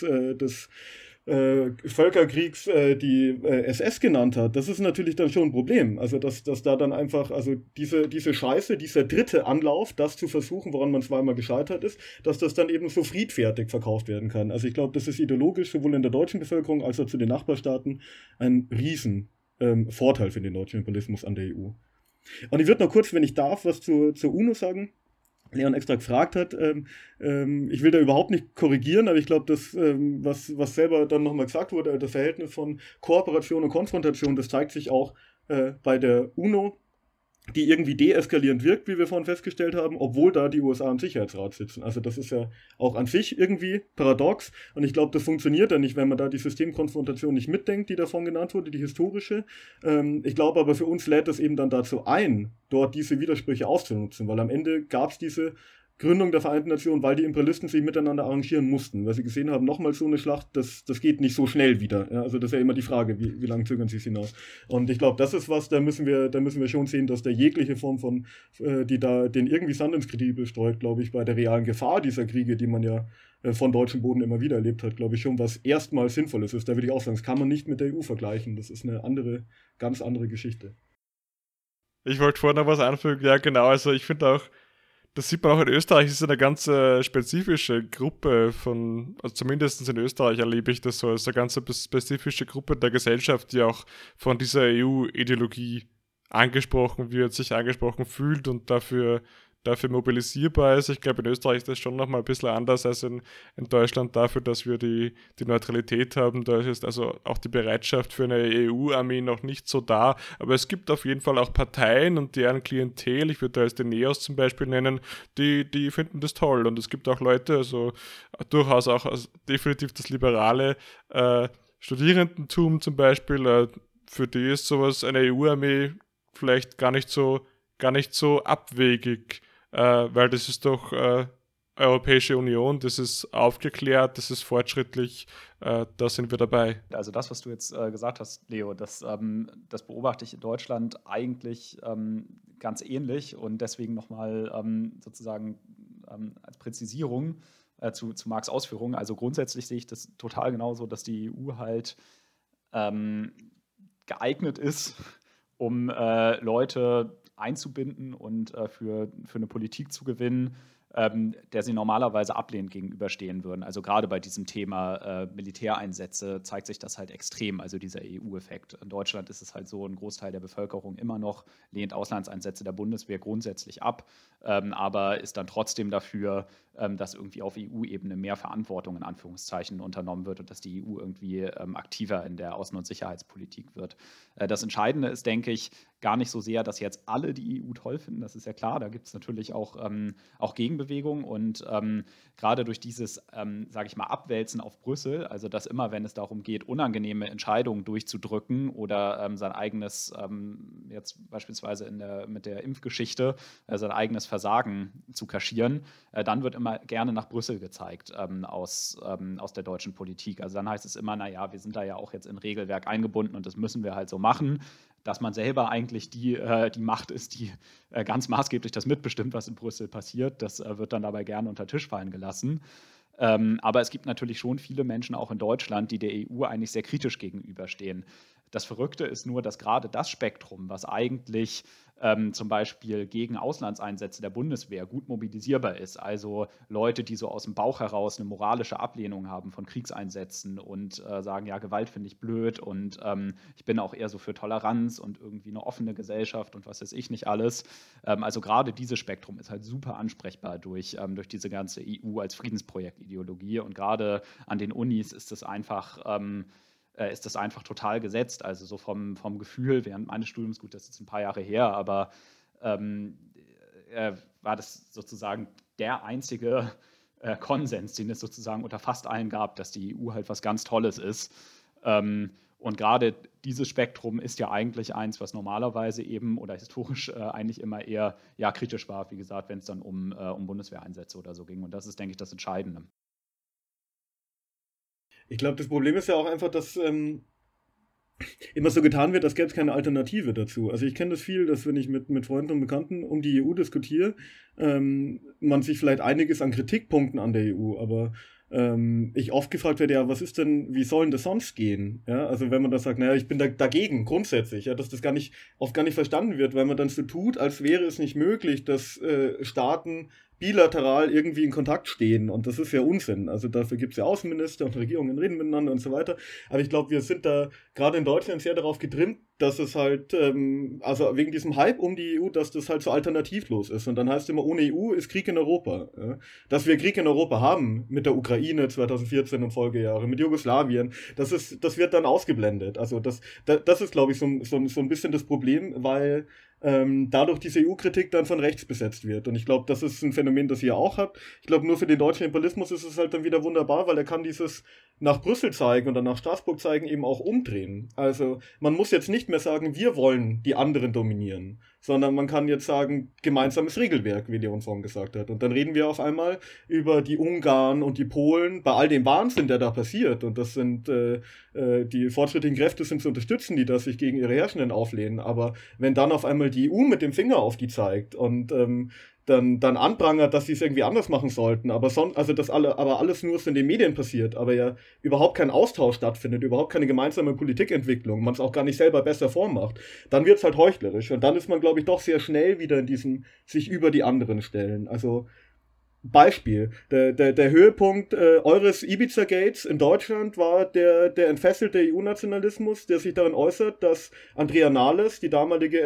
Völkerkriegs die SS genannt hat, das ist natürlich dann schon ein Problem. Also dass da dann einfach, also diese Scheiße, dieser dritte Anlauf, das zu versuchen, woran man zweimal gescheitert ist, dass das dann eben so friedfertig verkauft werden kann. Also ich glaube, das ist ideologisch sowohl in der deutschen Bevölkerung als auch zu den Nachbarstaaten ein riesen Vorteil für den deutschen Imperialismus an der EU. Und ich würde noch kurz, wenn ich darf, was zur UNO sagen. Leon extra gefragt hat. Ich will da überhaupt nicht korrigieren, aber ich glaube, das, was selber dann nochmal gesagt wurde, das Verhältnis von Kooperation und Konfrontation, das zeigt sich auch bei der UNO, die irgendwie deeskalierend wirkt, wie wir vorhin festgestellt haben, obwohl da die USA im Sicherheitsrat sitzen. Also das ist ja auch an sich irgendwie paradox und ich glaube, das funktioniert ja nicht, wenn man da die Systemkonfrontation nicht mitdenkt, die davon genannt wurde, die historische. Ich glaube aber, für uns lädt es eben dann dazu ein, dort diese Widersprüche auszunutzen, weil am Ende gab es diese Gründung der Vereinten Nationen, weil die Imperialisten sich miteinander arrangieren mussten, weil sie gesehen haben, nochmal so eine Schlacht, das geht nicht so schnell wieder. Ja, also das ist ja immer die Frage, wie lange zögern sie es hinaus. Und ich glaube, das ist was, da müssen wir schon sehen, dass da jegliche Form von, die da den irgendwie Sand ins Getriebe bestreut, glaube ich, bei der realen Gefahr dieser Kriege, die man ja von deutschem Boden immer wieder erlebt hat, glaube ich schon, was erstmal Sinnvolles ist. Da würde ich auch sagen, das kann man nicht mit der EU vergleichen. Das ist eine ganz andere Geschichte. Ich wollte vorhin noch was anfügen. Ja, genau. Also ich finde auch, das sieht man auch in Österreich, es ist eine ganz spezifische Gruppe also zumindest in Österreich erlebe ich das so, es ist eine ganz spezifische Gruppe der Gesellschaft, die auch von dieser EU-Ideologie angesprochen wird, sich angesprochen fühlt und dafür mobilisierbar ist. Ich glaube, in Österreich ist das schon nochmal ein bisschen anders als in Deutschland dafür, dass wir die Neutralität haben. Da ist also auch die Bereitschaft für eine EU-Armee noch nicht so da. Aber es gibt auf jeden Fall auch Parteien und deren Klientel, ich würde da jetzt den NEOS zum Beispiel nennen, die finden das toll. Und es gibt auch Leute, also durchaus auch definitiv das liberale Studierendentum zum Beispiel, für die ist sowas, eine EU-Armee vielleicht gar nicht so abwegig. Weil das ist doch Europäische Union, das ist aufgeklärt, das ist fortschrittlich, da sind wir dabei. Also das, was du jetzt gesagt hast, Leo, das beobachte ich in Deutschland eigentlich ganz ähnlich und deswegen nochmal sozusagen als Präzisierung zu Marks Ausführungen. Also grundsätzlich sehe ich das total genauso, dass die EU halt geeignet ist, um Leute einzubinden und für eine Politik zu gewinnen, der sie normalerweise ablehnend gegenüberstehen würden. Also gerade bei diesem Thema Militäreinsätze zeigt sich das halt extrem, also dieser EU-Effekt. In Deutschland ist es halt so, ein Großteil der Bevölkerung immer noch lehnt Auslandseinsätze der Bundeswehr grundsätzlich ab, aber ist dann trotzdem dafür, dass irgendwie auf EU-Ebene mehr Verantwortung in Anführungszeichen unternommen wird und dass die EU irgendwie aktiver in der Außen- und Sicherheitspolitik wird. Das Entscheidende ist, denke ich, gar nicht so sehr, dass jetzt alle die EU toll finden, das ist ja klar, da gibt es natürlich auch Gegenbewegungen und gerade durch dieses, sage ich mal, Abwälzen auf Brüssel, also dass immer, wenn es darum geht, unangenehme Entscheidungen durchzudrücken oder sein eigenes, jetzt beispielsweise mit der Impfgeschichte, sein eigenes Versagen zu kaschieren, dann wird immer gerne nach Brüssel gezeigt aus der deutschen Politik. Also dann heißt es immer, naja, wir sind da ja auch jetzt in Regelwerk eingebunden und das müssen wir halt so machen. Dass man selber eigentlich die Macht ist, die ganz maßgeblich das mitbestimmt, was in Brüssel passiert. Das wird dann dabei gerne unter den Tisch fallen gelassen. Aber es gibt natürlich schon viele Menschen auch in Deutschland, die der EU eigentlich sehr kritisch gegenüberstehen. Das Verrückte ist nur, dass gerade das Spektrum, was eigentlich zum Beispiel gegen Auslandseinsätze der Bundeswehr gut mobilisierbar ist, also Leute, die so aus dem Bauch heraus eine moralische Ablehnung haben von Kriegseinsätzen und sagen, ja, Gewalt finde ich blöd und ich bin auch eher so für Toleranz und irgendwie eine offene Gesellschaft und was weiß ich nicht alles. Also gerade dieses Spektrum ist halt super ansprechbar durch diese ganze EU als Friedensprojektideologie und gerade an den Unis ist das einfach total gesetzt. Also so vom Gefühl während meines Studiums, gut, das ist jetzt ein paar Jahre her, aber war das sozusagen der einzige Konsens, den es sozusagen unter fast allen gab, dass die EU halt was ganz Tolles ist. Und gerade dieses Spektrum ist ja eigentlich eins, was normalerweise eben oder historisch eigentlich immer eher kritisch war, wie gesagt, wenn es dann um Bundeswehreinsätze oder so ging. Und das ist, denke ich, das Entscheidende. Ich glaube, das Problem ist ja auch einfach, dass immer so getan wird, als gäbe es keine Alternative dazu. Also ich kenne das viel, dass wenn ich mit Freunden und Bekannten um die EU diskutiere, man sich vielleicht einiges an Kritikpunkten an der EU, aber ich oft gefragt werde, ja, was ist denn, wie soll denn das sonst gehen? Ja, also wenn man da sagt, naja, ich bin dagegen, grundsätzlich, ja, dass das oft gar nicht verstanden wird, weil man dann so tut, als wäre es nicht möglich, dass Staaten bilateral irgendwie in Kontakt stehen. Und das ist ja Unsinn. Also dafür gibt es ja Außenminister und Regierungen reden miteinander und so weiter. Aber ich glaube, wir sind da gerade in Deutschland sehr darauf getrimmt, dass es halt, also wegen diesem Hype um die EU, dass das halt so alternativlos ist. Und dann heißt es immer, ohne EU ist Krieg in Europa. Ja? Dass wir Krieg in Europa haben, mit der Ukraine 2014 und Folgejahre, mit Jugoslawien, das wird dann ausgeblendet. Also das ist, glaube ich, so ein bisschen das Problem, weil dadurch diese EU-Kritik dann von rechts besetzt wird. Und ich glaube, das ist ein Phänomen, das ihr auch habt. Ich glaube, nur für den deutschen Imperialismus ist es halt dann wieder wunderbar, weil er kann dieses nach Brüssel zeigen und dann nach Straßburg zeigen eben auch umdrehen. Also man muss jetzt nicht mehr sagen, wir wollen die anderen dominieren, sondern man kann jetzt sagen, gemeinsames Regelwerk, wie Leon vorhin gesagt hat. Und dann reden wir auf einmal über die Ungarn und die Polen, bei all dem Wahnsinn, der da passiert. Und das sind die fortschrittlichen Kräfte sind zu unterstützen, die das sich gegen ihre Herrschenden auflehnen. Aber wenn dann auf einmal die EU mit dem Finger auf die zeigt und dann anprangert, dass sie es irgendwie anders machen sollten, aber alles nur so in den Medien passiert, aber ja überhaupt kein Austausch stattfindet, überhaupt keine gemeinsame Politikentwicklung, man es auch gar nicht selber besser vormacht, dann wird es halt heuchlerisch und dann ist man, glaube ich, doch sehr schnell wieder in diesem sich über die anderen stellen. Also Beispiel, der Höhepunkt eures Ibiza-Gates in Deutschland war der entfesselte EU-Nationalismus, der sich darin äußert, dass Andrea Nahles, die damalige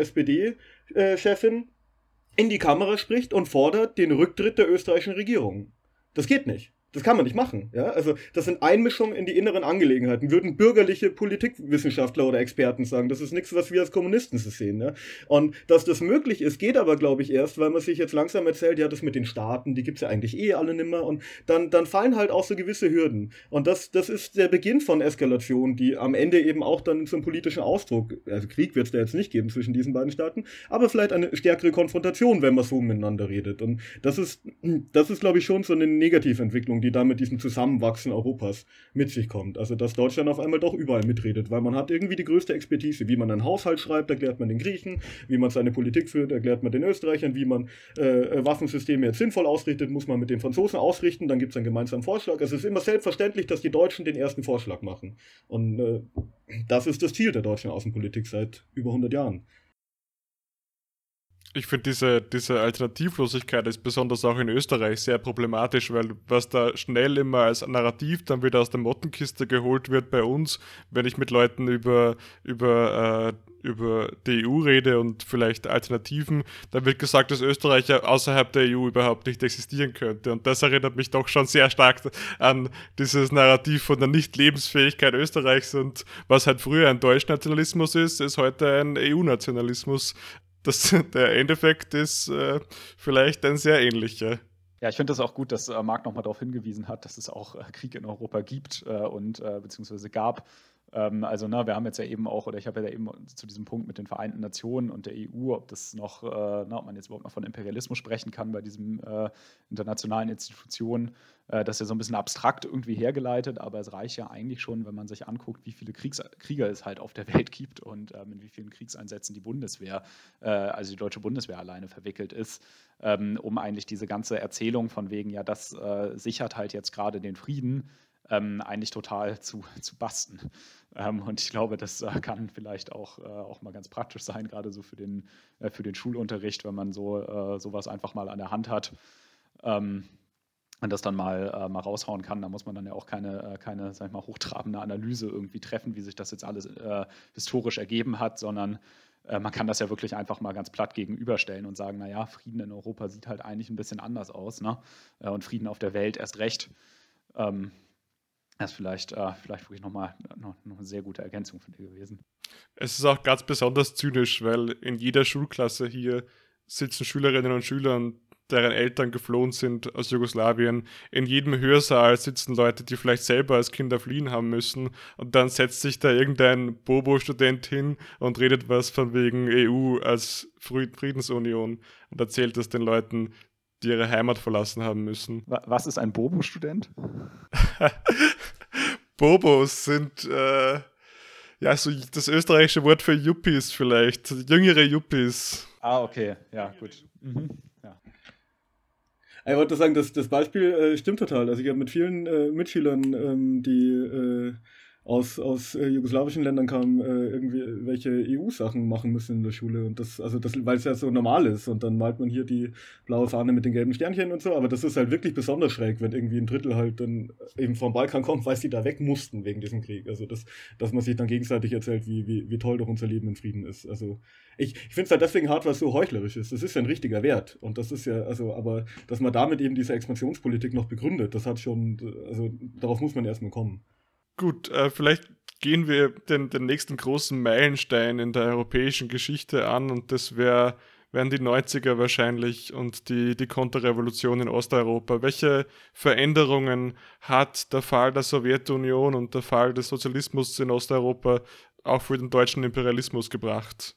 SPD-Chefin, in die Kamera spricht und fordert den Rücktritt der österreichischen Regierung. Das geht nicht. Das kann man nicht machen. Ja? Also das sind Einmischungen in die inneren Angelegenheiten. Würden bürgerliche Politikwissenschaftler oder Experten sagen. Das ist nichts, was wir als Kommunisten so sehen. Ja? Und dass das möglich ist, geht aber, glaube ich, erst, weil man sich jetzt langsam erzählt, ja, das mit den Staaten, die gibt's ja eigentlich alle nimmer. Und dann fallen halt auch so gewisse Hürden. Und das ist der Beginn von Eskalation, die am Ende eben auch dann zum politischen Ausdruck, also Krieg wird es da jetzt nicht geben zwischen diesen beiden Staaten, aber vielleicht eine stärkere Konfrontation, wenn man so miteinander redet. Und das ist glaube ich, schon so eine Negativentwicklung, die da mit diesem Zusammenwachsen Europas mit sich kommt. Also, dass Deutschland auf einmal doch überall mitredet, weil man hat irgendwie die größte Expertise. Wie man einen Haushalt schreibt, erklärt man den Griechen. Wie man seine Politik führt, erklärt man den Österreichern. Wie man Waffensysteme jetzt sinnvoll ausrichtet, muss man mit den Franzosen ausrichten. Dann gibt es einen gemeinsamen Vorschlag. Es ist immer selbstverständlich, dass die Deutschen den ersten Vorschlag machen. Und das ist das Ziel der deutschen Außenpolitik seit über 100 Jahren. Ich finde, diese Alternativlosigkeit ist besonders auch in Österreich sehr problematisch, weil was da schnell immer als Narrativ dann wieder aus der Mottenkiste geholt wird bei uns, wenn ich mit Leuten über die EU rede und vielleicht Alternativen, dann wird gesagt, dass Österreich ja außerhalb der EU überhaupt nicht existieren könnte. Und das erinnert mich doch schon sehr stark an dieses Narrativ von der Nicht-Lebensfähigkeit Österreichs. Und was halt früher ein Deutschnationalismus ist heute ein EU-Nationalismus. Der Endeffekt ist vielleicht ein sehr ähnlicher. Ja, ich finde das auch gut, dass Marc nochmal darauf hingewiesen hat, dass es auch Krieg in Europa gibt beziehungsweise gab. Also, wir haben jetzt ja eben auch, oder ich habe ja eben zu diesem Punkt mit den Vereinten Nationen und der EU, ob das noch, ob man jetzt überhaupt noch von Imperialismus sprechen kann bei diesen internationalen Institutionen, das ist ja so ein bisschen abstrakt irgendwie hergeleitet, aber es reicht ja eigentlich schon, wenn man sich anguckt, wie viele Krieger es halt auf der Welt gibt und in wie vielen Kriegseinsätzen die Bundeswehr, also die deutsche Bundeswehr alleine verwickelt ist, um eigentlich diese ganze Erzählung von wegen, ja, das sichert halt jetzt gerade den Frieden, eigentlich total zu basten. Und ich glaube, das kann vielleicht auch mal ganz praktisch sein, gerade so für den Schulunterricht, wenn man sowas einfach mal an der Hand hat und das dann mal raushauen kann. Da muss man dann ja auch keine sag ich mal, hochtrabende Analyse irgendwie treffen, wie sich das jetzt alles historisch ergeben hat, sondern man kann das ja wirklich einfach mal ganz platt gegenüberstellen und sagen, naja, Frieden in Europa sieht halt eigentlich ein bisschen anders aus, ne? Und Frieden auf der Welt erst recht. Das ist vielleicht wirklich noch eine sehr gute Ergänzung von dir gewesen. Es ist auch ganz besonders zynisch, weil in jeder Schulklasse hier sitzen Schülerinnen und Schüler, deren Eltern geflohen sind aus Jugoslawien. In jedem Hörsaal sitzen Leute, die vielleicht selber als Kinder fliehen haben müssen. Und dann setzt sich da irgendein Bobo-Student hin und redet was von wegen EU als Friedensunion und erzählt das den Leuten, die ihre Heimat verlassen haben müssen. Was ist ein Bobo-Student? Bobos sind so das österreichische Wort für Yuppies vielleicht. Jüngere Yuppies. Ah, okay. Ja, gut. Mhm. Ja. Ich wollte sagen, das Beispiel stimmt total. Also ich habe mit vielen Mitschülern, die aus jugoslawischen Ländern kamen, irgendwie welche EU-Sachen machen müssen in der Schule. Und weil es ja so normal ist. Und dann malt man hier die blaue Fahne mit den gelben Sternchen und so. Aber das ist halt wirklich besonders schräg, wenn irgendwie ein Drittel halt dann eben vom Balkan kommt, weil sie da weg mussten wegen diesem Krieg. Also dass man sich dann gegenseitig erzählt, wie toll doch unser Leben in Frieden ist. Also ich finde es halt deswegen hart, weil es so heuchlerisch ist. Das ist ja ein richtiger Wert. Und das ist ja, aber dass man damit eben diese Expansionspolitik noch begründet, das hat schon, also darauf muss man erstmal kommen. Gut, vielleicht gehen wir den nächsten großen Meilenstein in der europäischen Geschichte an und das wären die 90er wahrscheinlich und die Konterrevolution in Osteuropa. Welche Veränderungen hat der Fall der Sowjetunion und der Fall des Sozialismus in Osteuropa auch für den deutschen Imperialismus gebracht?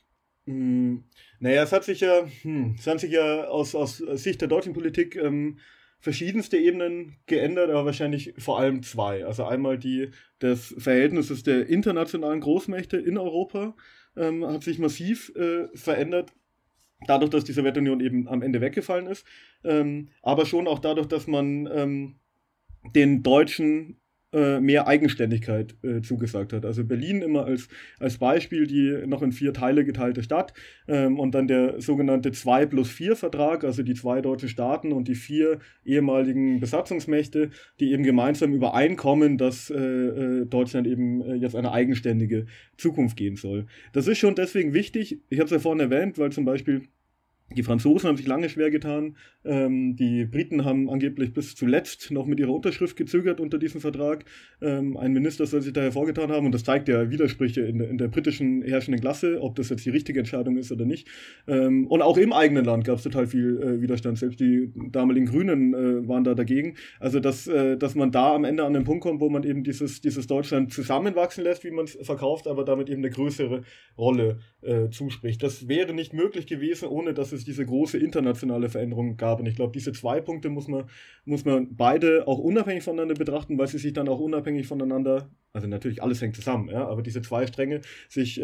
Naja, es hat sich ja aus Sicht der deutschen Politik verschiedenste Ebenen geändert, aber wahrscheinlich vor allem zwei. Also einmal des Verhältnisses der internationalen Großmächte in Europa hat sich massiv verändert, dadurch, dass die Sowjetunion eben am Ende weggefallen ist, aber schon auch dadurch, dass man den Deutschen mehr Eigenständigkeit zugesagt hat. Also Berlin immer als Beispiel die noch in 4 Teile geteilte Stadt und dann der sogenannte 2+4-Vertrag, also die 2 deutschen Staaten und die 4 ehemaligen Besatzungsmächte, die eben gemeinsam übereinkommen, dass Deutschland eben jetzt eine eigenständige Zukunft gehen soll. Das ist schon deswegen wichtig, ich habe es ja vorhin erwähnt, weil zum Beispiel die Franzosen haben sich lange schwer getan. Die Briten haben angeblich bis zuletzt noch mit ihrer Unterschrift gezögert unter diesem Vertrag. Ein Minister soll sich da hervorgetan haben und das zeigt ja Widersprüche in der britischen herrschenden Klasse, ob das jetzt die richtige Entscheidung ist oder nicht. Und auch im eigenen Land gab es total viel Widerstand. Selbst die damaligen Grünen waren da dagegen. Also dass man da am Ende an den Punkt kommt, wo man eben dieses Deutschland zusammenwachsen lässt, wie man es verkauft, aber damit eben eine größere Rolle zuspricht. Das wäre nicht möglich gewesen, ohne dass es diese große internationale Veränderung gab. Und ich glaube, diese 2 Punkte muss man beide auch unabhängig voneinander betrachten, weil sie sich dann auch unabhängig voneinander, also natürlich alles hängt zusammen, ja, aber diese 2 Stränge sich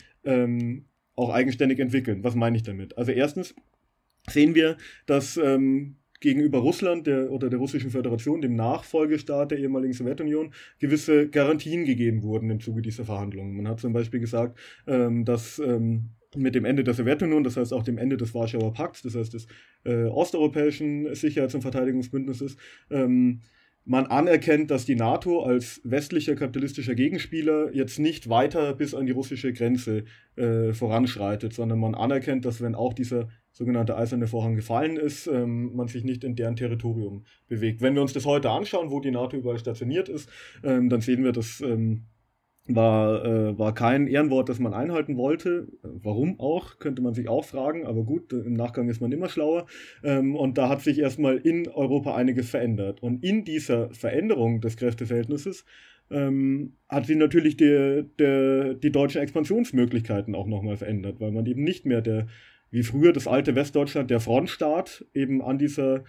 auch eigenständig entwickeln. Was meine ich damit? Also erstens sehen wir, dass gegenüber Russland oder der Russischen Föderation, dem Nachfolgestaat der ehemaligen Sowjetunion, gewisse Garantien gegeben wurden im Zuge dieser Verhandlungen. Man hat zum Beispiel gesagt, dass mit dem Ende der Sowjetunion, das heißt auch dem Ende des Warschauer Pakts, das heißt des osteuropäischen Sicherheits- und Verteidigungsbündnisses, man anerkennt, dass die NATO als westlicher kapitalistischer Gegenspieler jetzt nicht weiter bis an die russische Grenze voranschreitet, sondern man anerkennt, dass wenn auch dieser sogenannte Eiserne Vorhang gefallen ist, man sich nicht in deren Territorium bewegt. Wenn wir uns das heute anschauen, wo die NATO überall stationiert ist, dann sehen wir, dass war kein Ehrenwort, das man einhalten wollte. Warum auch, könnte man sich auch fragen, aber gut, im Nachgang ist man immer schlauer. Und da hat sich erstmal in Europa einiges verändert. Und in dieser Veränderung des Kräfteverhältnisses hat sich natürlich die deutschen Expansionsmöglichkeiten auch nochmal verändert, weil man eben nicht mehr wie früher das alte Westdeutschland, der Frontstaat eben an diesem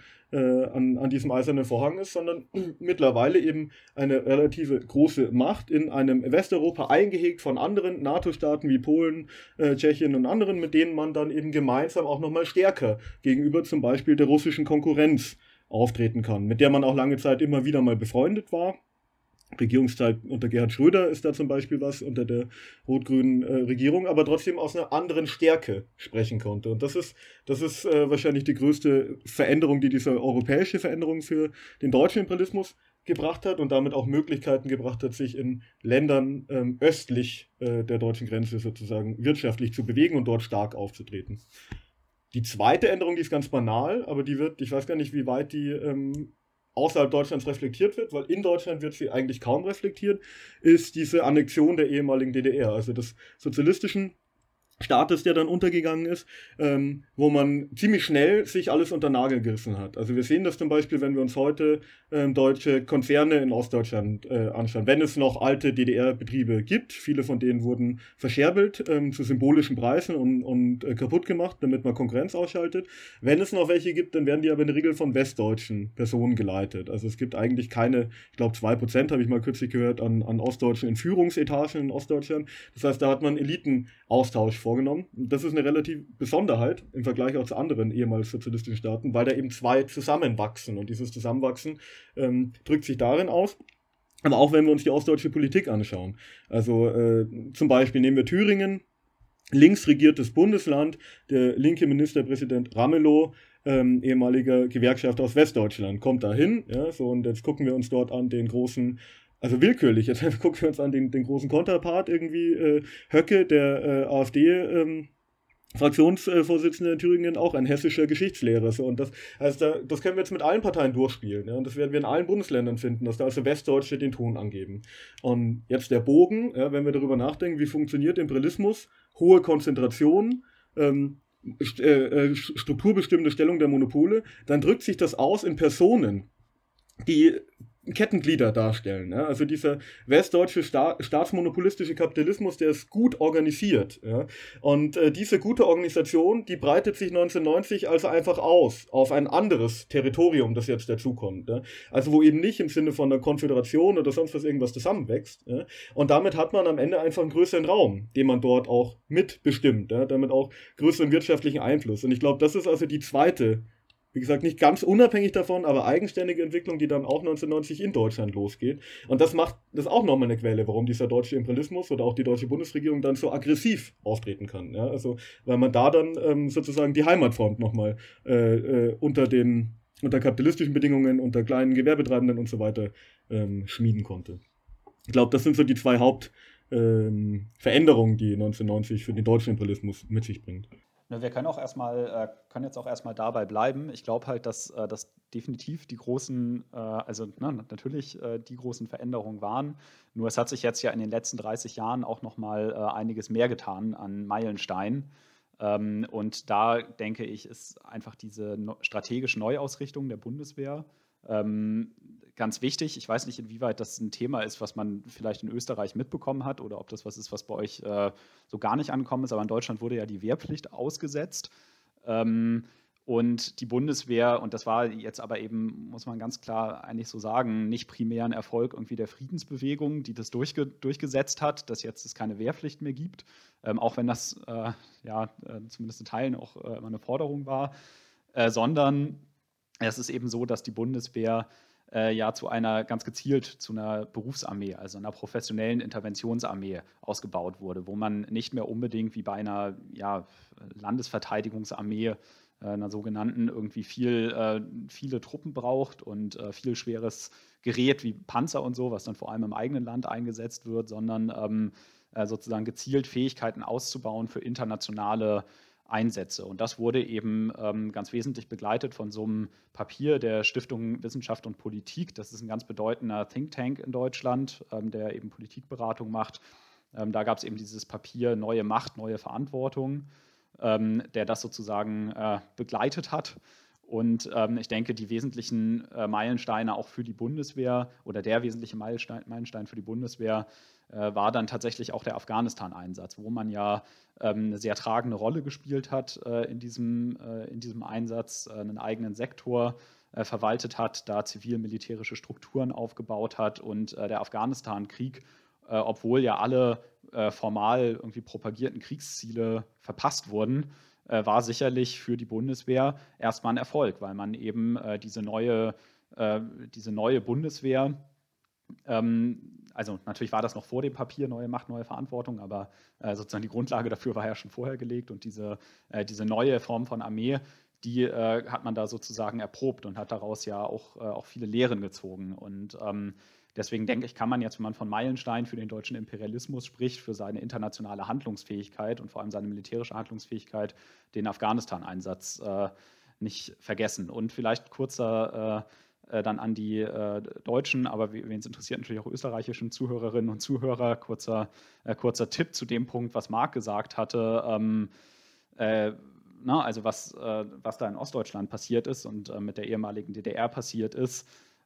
Eisernen Vorhang ist, sondern mittlerweile eben eine relative große Macht in einem Westeuropa, eingehegt von anderen NATO-Staaten wie Polen, Tschechien und anderen, mit denen man dann eben gemeinsam auch nochmal stärker gegenüber zum Beispiel der russischen Konkurrenz auftreten kann, mit der man auch lange Zeit immer wieder mal befreundet war. Regierungszeit unter Gerhard Schröder ist da zum Beispiel was, unter der rot-grünen Regierung, aber trotzdem aus einer anderen Stärke sprechen konnte. Und das ist wahrscheinlich die größte Veränderung, die diese europäische Veränderung für den deutschen Imperialismus gebracht hat und damit auch Möglichkeiten gebracht hat, sich in Ländern östlich der deutschen Grenze sozusagen wirtschaftlich zu bewegen und dort stark aufzutreten. Die zweite Änderung, die ist ganz banal, aber ich weiß gar nicht, wie weit die außerhalb Deutschlands reflektiert wird, weil in Deutschland wird sie eigentlich kaum reflektiert, ist diese Annexion der ehemaligen DDR, also des sozialistischen Staates, der dann untergegangen ist, wo man ziemlich schnell sich alles unter Nagel gerissen hat. Also wir sehen das zum Beispiel, wenn wir uns heute deutsche Konzerne in Ostdeutschland anschauen. Wenn es noch alte DDR-Betriebe gibt, viele von denen wurden verscherbelt zu symbolischen Preisen und kaputt gemacht, damit man Konkurrenz ausschaltet. Wenn es noch welche gibt, dann werden die aber in der Regel von westdeutschen Personen geleitet. Also es gibt eigentlich keine, ich glaube 2% habe ich mal kürzlich gehört, an Ostdeutschen in Führungsetagen in Ostdeutschland. Das heißt, da hat man Elitenaustausch vorgenommen. Das ist eine relative Besonderheit im Vergleich auch zu anderen ehemals sozialistischen Staaten, weil da eben zwei zusammenwachsen. Und dieses Zusammenwachsen drückt sich darin aus, aber auch wenn wir uns die ostdeutsche Politik anschauen. Also zum Beispiel nehmen wir Thüringen, links regiertes Bundesland, der linke Ministerpräsident Ramelow, ehemaliger Gewerkschafter aus Westdeutschland, kommt da hin. Ja, so, und jetzt gucken wir uns dort an den großen, also willkürlich, jetzt gucken wir uns an den großen Konterpart irgendwie, Höcke, der AfD-Fraktionsvorsitzende in Thüringen, auch ein hessischer Geschichtslehrer. So, und das können wir jetzt mit allen Parteien durchspielen. Ja, und das werden wir in allen Bundesländern finden, dass da also Westdeutsche den Ton angeben. Und jetzt der Bogen, ja, wenn wir darüber nachdenken, wie funktioniert Imperialismus, hohe Konzentration, strukturbestimmende Stellung der Monopole, dann drückt sich das aus in Personen, die Kettenglieder darstellen. Ja? Also dieser westdeutsche staatsmonopolistische Kapitalismus, der ist gut organisiert. Ja? Und diese gute Organisation, die breitet sich 1990 also einfach aus auf ein anderes Territorium, das jetzt dazukommt. Ja? Also wo eben nicht im Sinne von einer Konföderation oder sonst was irgendwas zusammenwächst. Ja? Und damit hat man am Ende einfach einen größeren Raum, den man dort auch mitbestimmt. Ja? Damit auch größeren wirtschaftlichen Einfluss. Und ich glaube, das ist also die zweite, wie gesagt, nicht ganz unabhängig davon, aber eigenständige Entwicklung, die dann auch 1990 in Deutschland losgeht. Und das ist auch nochmal eine Quelle, warum dieser deutsche Imperialismus oder auch die deutsche Bundesregierung dann so aggressiv auftreten kann. Ja? Also, weil man da dann sozusagen die Heimatfront nochmal unter kapitalistischen Bedingungen, unter kleinen Gewerbetreibenden und so weiter schmieden konnte. Ich glaube, das sind so die zwei Hauptveränderungen, die 1990 für den deutschen Imperialismus mit sich bringt. Wir können jetzt auch erstmal dabei bleiben. Ich glaube halt, dass definitiv die großen, natürlich die großen Veränderungen waren. Nur es hat sich jetzt ja in den letzten 30 Jahren auch nochmal einiges mehr getan an Meilensteinen. Und da denke ich, ist einfach diese strategische Neuausrichtung der Bundeswehr ganz wichtig. Ich weiß nicht, inwieweit das ein Thema ist, was man vielleicht in Österreich mitbekommen hat oder ob das was ist, was bei euch so gar nicht angekommen ist. Aber in Deutschland wurde ja die Wehrpflicht ausgesetzt. Und die Bundeswehr, und das war jetzt aber eben, muss man ganz klar eigentlich so sagen, nicht primär ein Erfolg irgendwie der Friedensbewegung, die das durchgesetzt hat, dass jetzt es keine Wehrpflicht mehr gibt, auch wenn das zumindest in Teilen auch immer eine Forderung war, sondern es ist eben so, dass die Bundeswehr ja ganz gezielt zu einer Berufsarmee, also einer professionellen Interventionsarmee ausgebaut wurde, wo man nicht mehr unbedingt wie bei einer Landesverteidigungsarmee, einer sogenannten, irgendwie viele Truppen braucht und viel schweres Gerät wie Panzer und so, was dann vor allem im eigenen Land eingesetzt wird, sondern sozusagen gezielt Fähigkeiten auszubauen für internationale Einsätze. Und das wurde eben ganz wesentlich begleitet von so einem Papier der Stiftung Wissenschaft und Politik. Das ist ein ganz bedeutender Think Tank in Deutschland, der eben Politikberatung macht. Da gab es eben dieses Papier Neue Macht, neue Verantwortung, der das sozusagen begleitet hat. Und ich denke, die wesentlichen Meilensteine auch für die Bundeswehr oder der wesentliche Meilenstein für die Bundeswehr war dann tatsächlich auch der Afghanistan-Einsatz, wo man ja eine sehr tragende Rolle gespielt hat in diesem Einsatz, einen eigenen Sektor verwaltet hat, da zivil-militärische Strukturen aufgebaut hat und der Afghanistan-Krieg, obwohl ja alle formal irgendwie propagierten Kriegsziele verpasst wurden, war sicherlich für die Bundeswehr erstmal ein Erfolg, weil man eben diese neue Bundeswehr, also natürlich war das noch vor dem Papier Neue Macht, neue Verantwortung, aber sozusagen die Grundlage dafür war ja schon vorher gelegt und diese neue Form von Armee, die hat man da sozusagen erprobt und hat daraus ja auch viele Lehren gezogen. Und deswegen denke ich, kann man jetzt, wenn man von Meilenstein für den deutschen Imperialismus spricht, für seine internationale Handlungsfähigkeit und vor allem seine militärische Handlungsfähigkeit, den Afghanistan-Einsatz nicht vergessen. Und vielleicht kurzer dann an die deutschen, aber wen es interessiert, natürlich auch österreichischen Zuhörerinnen und Zuhörer, kurzer Tipp zu dem Punkt, was Marc gesagt hatte, also was da in Ostdeutschland passiert ist und mit der ehemaligen DDR passiert ist.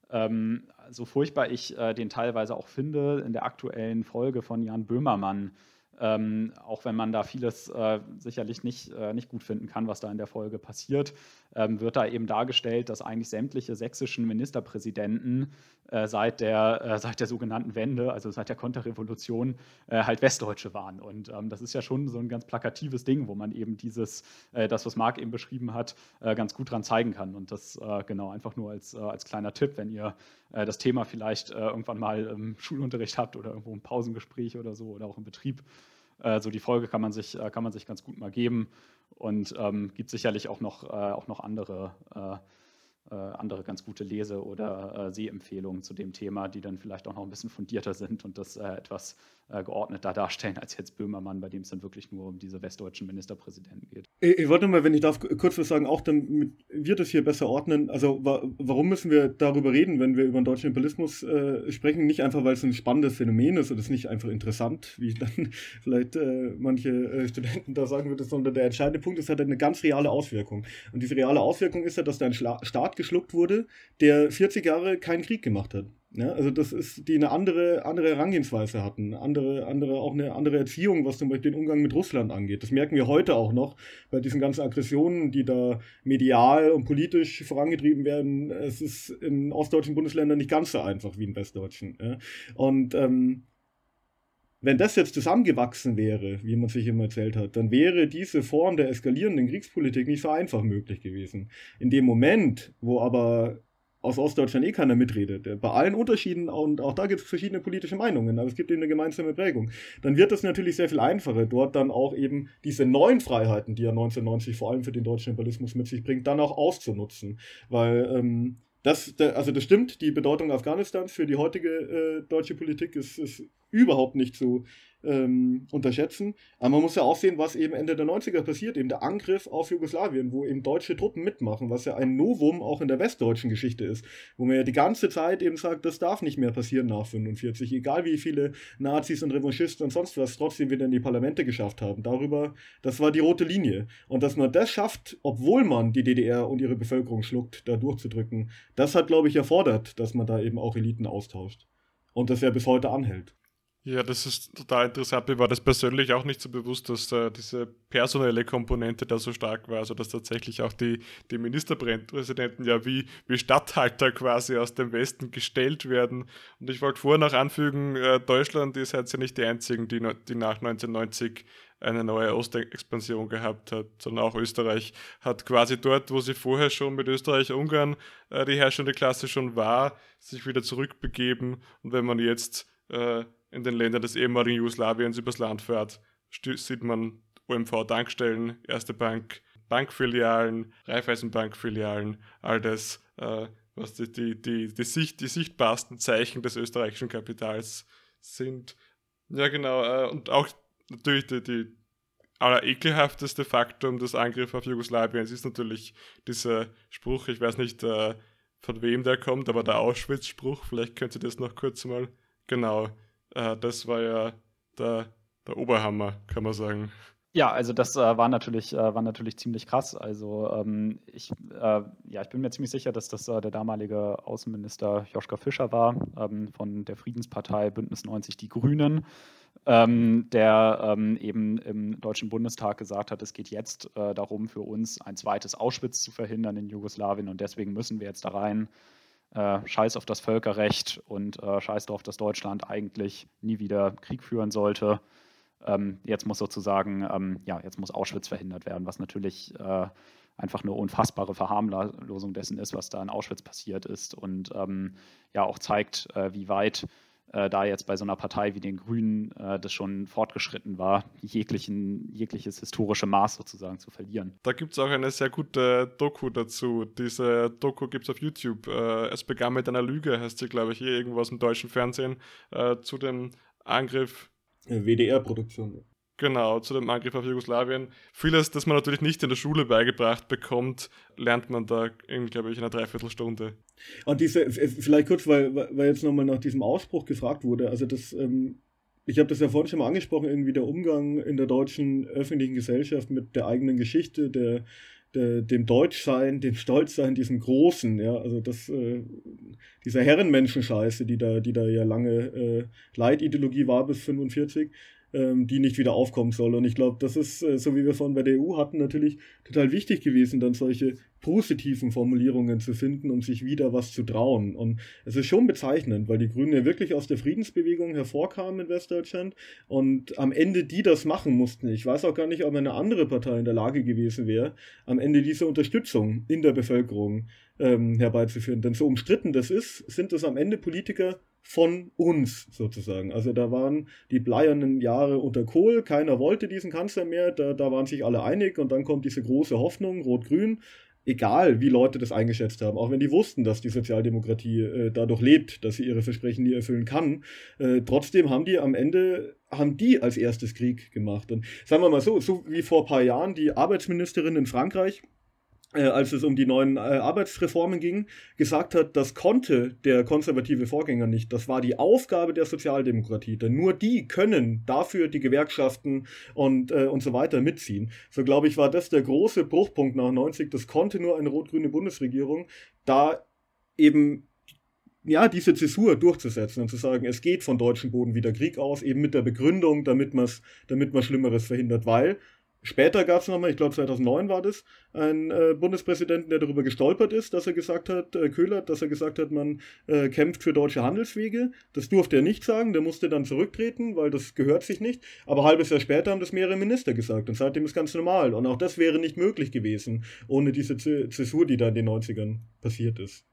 So furchtbar ich den teilweise auch finde, in der aktuellen Folge von Jan Böhmermann, auch wenn man da vieles sicherlich nicht gut finden kann, was da in der Folge passiert, wird da eben dargestellt, dass eigentlich sämtliche sächsischen Ministerpräsidenten seit der sogenannten Wende, also seit der Konterrevolution, halt Westdeutsche waren. Und das ist ja schon so ein ganz plakatives Ding, wo man eben das, was Marc eben beschrieben hat, ganz gut dran zeigen kann. Und das genau einfach nur als kleiner Tipp, wenn ihr das Thema vielleicht irgendwann mal im Schulunterricht habt oder irgendwo im Pausengespräch oder so oder auch im Betrieb. So die Folge kann man sich ganz gut mal geben und gibt sicherlich auch noch andere ganz gute Lese- oder Sehempfehlungen zu dem Thema, die dann vielleicht auch noch ein bisschen fundierter sind und das etwas geordneter darstellen als jetzt Böhmermann, bei dem es dann wirklich nur um diese westdeutschen Ministerpräsidenten geht. Ich wollte mal, wenn ich darf, kurz was sagen, auch damit wir das hier besser ordnen. Also warum müssen wir darüber reden, wenn wir über den deutschen Imperialismus sprechen? Nicht einfach, weil es ein spannendes Phänomen ist und es nicht einfach interessant, wie dann vielleicht manche Studenten da sagen würden, sondern der entscheidende Punkt ist, hat eine ganz reale Auswirkung. Und diese reale Auswirkung ist ja, dass da ein Staat geschluckt wurde, der 40 Jahre keinen Krieg gemacht hat. Ja, also das ist, die eine andere Herangehensweise hatten, auch eine andere Erziehung, was zum Beispiel den Umgang mit Russland angeht. Das merken wir heute auch noch bei diesen ganzen Aggressionen, die da medial und politisch vorangetrieben werden. Es ist in ostdeutschen Bundesländern nicht ganz so einfach wie in westdeutschen. Ja. Und wenn das jetzt zusammengewachsen wäre, wie man sich immer erzählt hat, dann wäre diese Form der eskalierenden Kriegspolitik nicht so einfach möglich gewesen. In dem Moment, wo aber aus Ostdeutschland keiner mitredet, bei allen Unterschieden, und auch da gibt es verschiedene politische Meinungen, aber es gibt eben eine gemeinsame Prägung, dann wird es natürlich sehr viel einfacher, dort dann auch eben diese neuen Freiheiten, die ja 1990 vor allem für den deutschen Imperialismus mit sich bringt, dann auch auszunutzen. Weil das stimmt, die Bedeutung Afghanistans für die heutige deutsche Politik ist überhaupt nicht zu unterschätzen. Aber man muss ja auch sehen, was eben Ende der 90er passiert, eben der Angriff auf Jugoslawien, wo eben deutsche Truppen mitmachen, was ja ein Novum auch in der westdeutschen Geschichte ist, wo man ja die ganze Zeit eben sagt, das darf nicht mehr passieren nach 45, egal wie viele Nazis und Revanchisten und sonst was trotzdem wieder in die Parlamente geschafft haben. Das war die rote Linie. Und dass man das schafft, obwohl man die DDR und ihre Bevölkerung schluckt, da durchzudrücken, das hat, glaube ich, erfordert, dass man da eben auch Eliten austauscht. Und das ja bis heute anhält. Ja, das ist total interessant. Mir war das persönlich auch nicht so bewusst, dass diese personelle Komponente da so stark war. Also dass tatsächlich auch die Ministerpräsidenten ja wie Statthalter quasi aus dem Westen gestellt werden. Und ich wollte vorher noch anfügen, Deutschland, ihr seid ja nicht die Einzigen, die nach 1990 eine neue Ostexpansion gehabt hat, sondern auch Österreich hat quasi dort, wo sie vorher schon mit Österreich-Ungarn die herrschende Klasse schon war, sich wieder zurückbegeben. Und wenn man jetzt in den Ländern des ehemaligen Jugoslawiens übers Land fährt, sieht man OMV-Tankstellen, Erste Bank, Bankfilialen, Raiffeisenbankfilialen, all das, was die sichtbarsten Zeichen des österreichischen Kapitals sind. Ja, genau. Und auch natürlich die allerekelhafteste Faktum des Angriffs auf Jugoslawien ist natürlich dieser Spruch, ich weiß nicht, von wem der kommt, aber der Auschwitz-Spruch, vielleicht könnt ihr das noch kurz mal, genau, das war ja der Oberhammer, kann man sagen. Ja, also das war natürlich ziemlich krass. Also ich bin mir ziemlich sicher, dass das der damalige Außenminister Joschka Fischer war, von der Friedenspartei Bündnis 90 Die Grünen, der eben im Deutschen Bundestag gesagt hat, es geht jetzt darum, für uns ein zweites Auschwitz zu verhindern in Jugoslawien und deswegen müssen wir jetzt da rein. Scheiß auf das Völkerrecht und scheiß darauf, dass Deutschland eigentlich nie wieder Krieg führen sollte. Jetzt muss sozusagen, jetzt muss Auschwitz verhindert werden, was natürlich einfach eine unfassbare Verharmlosung dessen ist, was da in Auschwitz passiert ist und auch zeigt, wie weit da jetzt bei so einer Partei wie den Grünen das schon fortgeschritten war, jegliches historische Maß sozusagen zu verlieren. Da gibt es auch eine sehr gute Doku dazu. Diese Doku gibt es auf YouTube. Es begann mit einer Lüge, heißt sie, glaube ich, hier irgendwo aus dem deutschen Fernsehen, zu dem Angriff. WDR-Produktion. Genau, zu dem Angriff auf Jugoslawien. Vieles, das man natürlich nicht in der Schule beigebracht bekommt, lernt man da in, glaube ich, einer Dreiviertelstunde. Und vielleicht kurz, weil jetzt nochmal nach diesem Ausspruch gefragt wurde, also das, ich habe das ja vorhin schon mal angesprochen, irgendwie der Umgang in der deutschen öffentlichen Gesellschaft mit der eigenen Geschichte, dem Deutschsein, dem Stolzsein, diesem Großen, ja, also dieser Herrenmenschenscheiße, die da ja lange Leitideologie war bis 1945, die nicht wieder aufkommen soll. Und ich glaube, das ist, so wie wir vorhin bei der EU hatten, natürlich total wichtig gewesen, dann solche positiven Formulierungen zu finden, um sich wieder was zu trauen. Und es ist schon bezeichnend, weil die Grünen ja wirklich aus der Friedensbewegung hervorkamen in Westdeutschland und am Ende die das machen mussten. Ich weiß auch gar nicht, ob eine andere Partei in der Lage gewesen wäre, am Ende diese Unterstützung in der Bevölkerung herbeizuführen. Denn so umstritten das ist, sind das am Ende Politiker von uns sozusagen. Also da waren die bleiernen Jahre unter Kohl, keiner wollte diesen Kanzler mehr, da waren sich alle einig und dann kommt diese große Hoffnung, Rot-Grün, egal wie Leute das eingeschätzt haben, auch wenn die wussten, dass die Sozialdemokratie dadurch lebt, dass sie ihre Versprechen nie erfüllen kann, trotzdem haben die als erstes Krieg gemacht. Und sagen wir mal so wie vor ein paar Jahren die Arbeitsministerin in Frankreich, als es um die neuen Arbeitsreformen ging, gesagt hat, das konnte der konservative Vorgänger nicht. Das war die Aufgabe der Sozialdemokratie, denn nur die können dafür die Gewerkschaften und so weiter mitziehen. So, glaube ich, war das der große Bruchpunkt nach 90. Das konnte nur eine rot-grüne Bundesregierung, da eben diese Zäsur durchzusetzen und zu sagen, es geht von deutschem Boden wieder Krieg aus, eben mit der Begründung, damit man Schlimmeres verhindert, weil später gab es nochmal, ich glaube 2009 war das, einen Bundespräsidenten, der darüber gestolpert ist, dass er gesagt hat, Köhler, dass er gesagt hat, man kämpft für deutsche Handelswege. Das durfte er nicht sagen, der musste dann zurücktreten, weil das gehört sich nicht. Aber ein halbes Jahr später haben das mehrere Minister gesagt und seitdem ist ganz normal. Und auch das wäre nicht möglich gewesen, ohne diese Zäsur, die da in den 90ern passiert ist.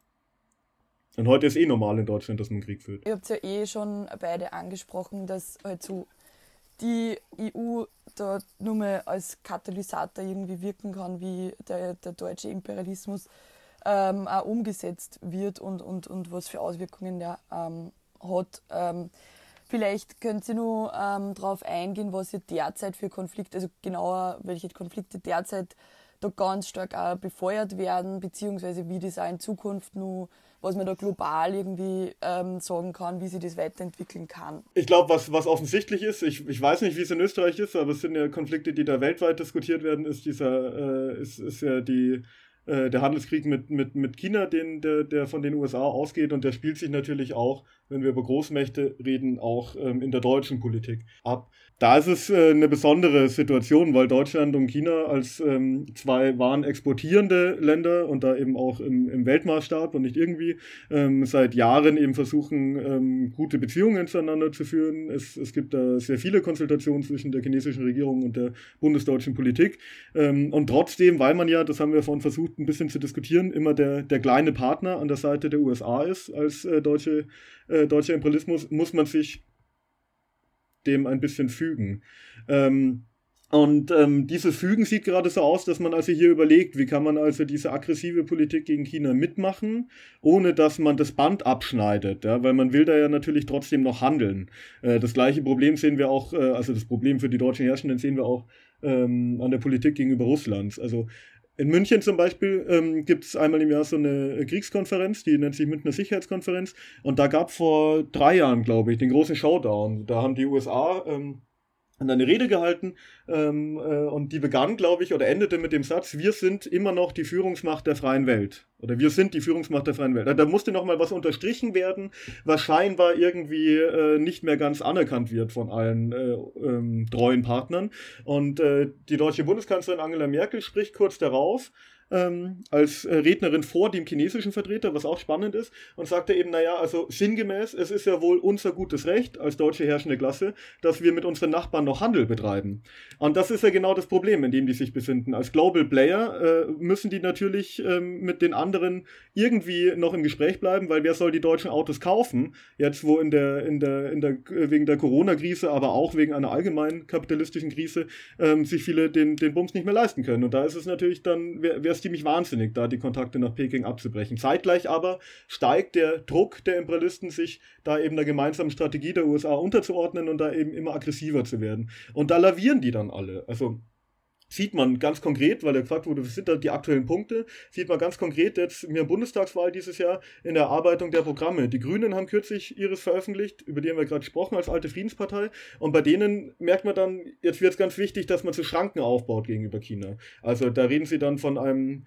Und heute ist normal in Deutschland, dass man Krieg führt. Ihr habt ja schon beide angesprochen, dass halt so die EU da nur mal als Katalysator irgendwie wirken kann, wie der deutsche Imperialismus auch umgesetzt wird und was für Auswirkungen der hat. Vielleicht könnt ihr nur darauf eingehen, was ihr derzeit für Konflikte, also genauer, welche Konflikte derzeit da ganz stark auch befeuert werden, beziehungsweise wie das auch in Zukunft nur, was man da global irgendwie sagen kann, wie sich das weiterentwickeln kann. Ich glaube, was offensichtlich ist, ich weiß nicht, wie es in Österreich ist, aber es sind ja Konflikte, die da weltweit diskutiert werden, ist ja der Handelskrieg mit China, der von den USA ausgeht und der spielt sich natürlich auch wenn wir über Großmächte reden, auch in der deutschen Politik ab. Da ist es eine besondere Situation, weil Deutschland und China als zwei waren exportierende Länder und da eben auch im Weltmaßstab und nicht irgendwie seit Jahren eben versuchen, gute Beziehungen zueinander zu führen. Es gibt da sehr viele Konsultationen zwischen der chinesischen Regierung und der bundesdeutschen Politik. Und trotzdem, weil man ja, das haben wir vorhin versucht ein bisschen zu diskutieren, immer der kleine Partner an der Seite der USA ist als deutscher Imperialismus, muss man sich dem ein bisschen fügen. Dieses Fügen sieht gerade so aus, dass man also hier überlegt, wie kann man also diese aggressive Politik gegen China mitmachen, ohne dass man das Band abschneidet, ja, weil man will da ja natürlich trotzdem noch handeln. Das gleiche Problem sehen wir auch, also das Problem für die deutschen Herrschenden sehen wir auch an der Politik gegenüber Russlands. Also in München zum Beispiel gibt es einmal im Jahr so eine Kriegskonferenz, die nennt sich Münchner Sicherheitskonferenz. Und da gab es vor 3 Jahren, glaube ich, den großen Showdown. Da haben die USA eine Rede gehalten und die begann, glaube ich, oder endete mit dem Satz, wir sind immer noch die Führungsmacht der freien Welt. Oder wir sind die Führungsmacht der freien Welt. Da musste nochmal was unterstrichen werden, was scheinbar irgendwie nicht mehr ganz anerkannt wird von allen treuen Partnern. Und die deutsche Bundeskanzlerin Angela Merkel spricht kurz darauf, als Rednerin vor dem chinesischen Vertreter, was auch spannend ist, und sagte eben, naja, also sinngemäß, es ist ja wohl unser gutes Recht als deutsche herrschende Klasse, dass wir mit unseren Nachbarn noch Handel betreiben. Und das ist ja genau das Problem, in dem die sich befinden. Als Global Player müssen die natürlich mit den anderen irgendwie noch im Gespräch bleiben, weil wer soll die deutschen Autos kaufen, jetzt wo wegen der Corona-Krise, aber auch wegen einer allgemeinen kapitalistischen Krise sich viele den Bums nicht mehr leisten können. Und da ist es natürlich dann, wäre ziemlich wahnsinnig, da die Kontakte nach Peking abzubrechen. Zeitgleich aber steigt der Druck der Imperialisten, sich da eben der gemeinsamen Strategie der USA unterzuordnen und da eben immer aggressiver zu werden. Und da lavieren die dann alle. Also sieht man ganz konkret, weil er gefragt wurde, was sind da die aktuellen Punkte, sieht man ganz konkret jetzt in der Bundestagswahl dieses Jahr in der Erarbeitung der Programme. Die Grünen haben kürzlich ihres veröffentlicht, über die haben wir gerade gesprochen, als alte Friedenspartei. Und bei denen merkt man dann, jetzt wird es ganz wichtig, dass man so Schranken aufbaut gegenüber China. Also da reden sie dann von einem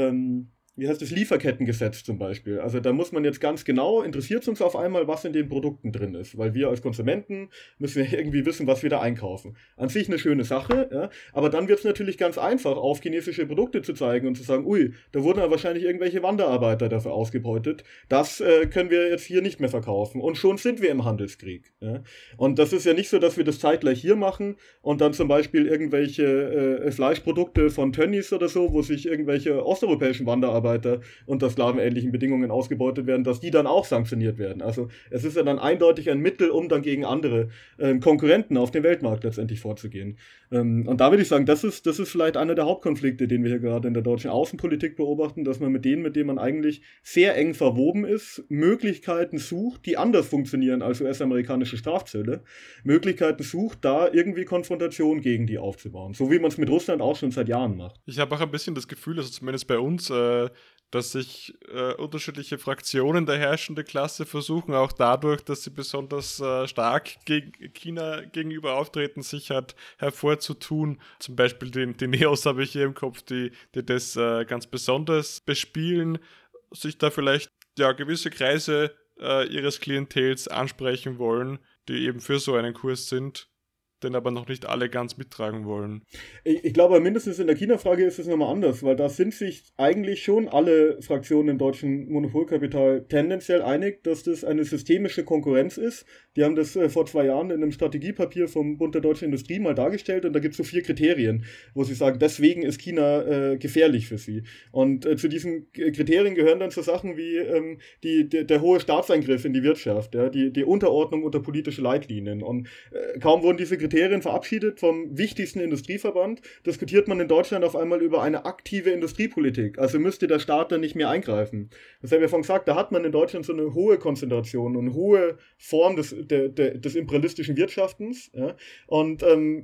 wie heißt das, Lieferkettengesetz zum Beispiel. Also da muss man jetzt ganz genau, interessiert uns auf einmal, was in den Produkten drin ist, weil wir als Konsumenten müssen ja irgendwie wissen, was wir da einkaufen. An sich eine schöne Sache, ja, aber dann wird es natürlich ganz einfach, auf chinesische Produkte zu zeigen und zu sagen, ui, da wurden ja wahrscheinlich irgendwelche Wanderarbeiter dafür ausgebeutet, das können wir jetzt hier nicht mehr verkaufen und schon sind wir im Handelskrieg. Ja. Und das ist ja nicht so, dass wir das zeitgleich hier machen und dann zum Beispiel irgendwelche Fleischprodukte von Tönnies oder so, wo sich irgendwelche osteuropäischen Wanderarbeiter unter sklavenähnlichen Bedingungen ausgebeutet werden, dass die dann auch sanktioniert werden. Also es ist ja dann eindeutig ein Mittel, um dann gegen andere Konkurrenten auf dem Weltmarkt letztendlich vorzugehen. Und da würde ich sagen, das ist vielleicht einer der Hauptkonflikte, den wir hier gerade in der deutschen Außenpolitik beobachten, dass man mit denen man eigentlich sehr eng verwoben ist, Möglichkeiten sucht, die anders funktionieren als US-amerikanische Strafzölle, Möglichkeiten sucht, da irgendwie Konfrontation gegen die aufzubauen. So wie man es mit Russland auch schon seit Jahren macht. Ich habe auch ein bisschen das Gefühl, also zumindest bei uns, dass sich unterschiedliche Fraktionen der herrschenden Klasse versuchen, auch dadurch, dass sie besonders stark gegen China gegenüber auftreten, sich halt hervorzutun. Zum Beispiel die Neos habe ich hier im Kopf, die das ganz besonders bespielen, sich da vielleicht gewisse Kreise ihres Klientels ansprechen wollen, die eben für so einen Kurs sind, den aber noch nicht alle ganz mittragen wollen. Ich glaube, mindestens in der China-Frage ist es nochmal anders, weil da sind sich eigentlich schon alle Fraktionen im deutschen Monopolkapital tendenziell einig, dass das eine systemische Konkurrenz ist. Die haben das vor 2 Jahren in einem Strategiepapier vom Bund der Deutschen Industrie mal dargestellt und da gibt es so 4 Kriterien, wo sie sagen, deswegen ist China gefährlich für sie. Und zu diesen Kriterien gehören dann so Sachen wie der hohe Staatseingriff in die Wirtschaft, ja, die Unterordnung unter politische Leitlinien. Und kaum wurden diese Kriterien verabschiedet vom wichtigsten Industrieverband, diskutiert man in Deutschland auf einmal über eine aktive Industriepolitik. Also müsste der Staat dann nicht mehr eingreifen. Das haben wir vorhin gesagt, da hat man in Deutschland so eine hohe Konzentration und hohe Form des imperialistischen Wirtschaftens. Ja? Und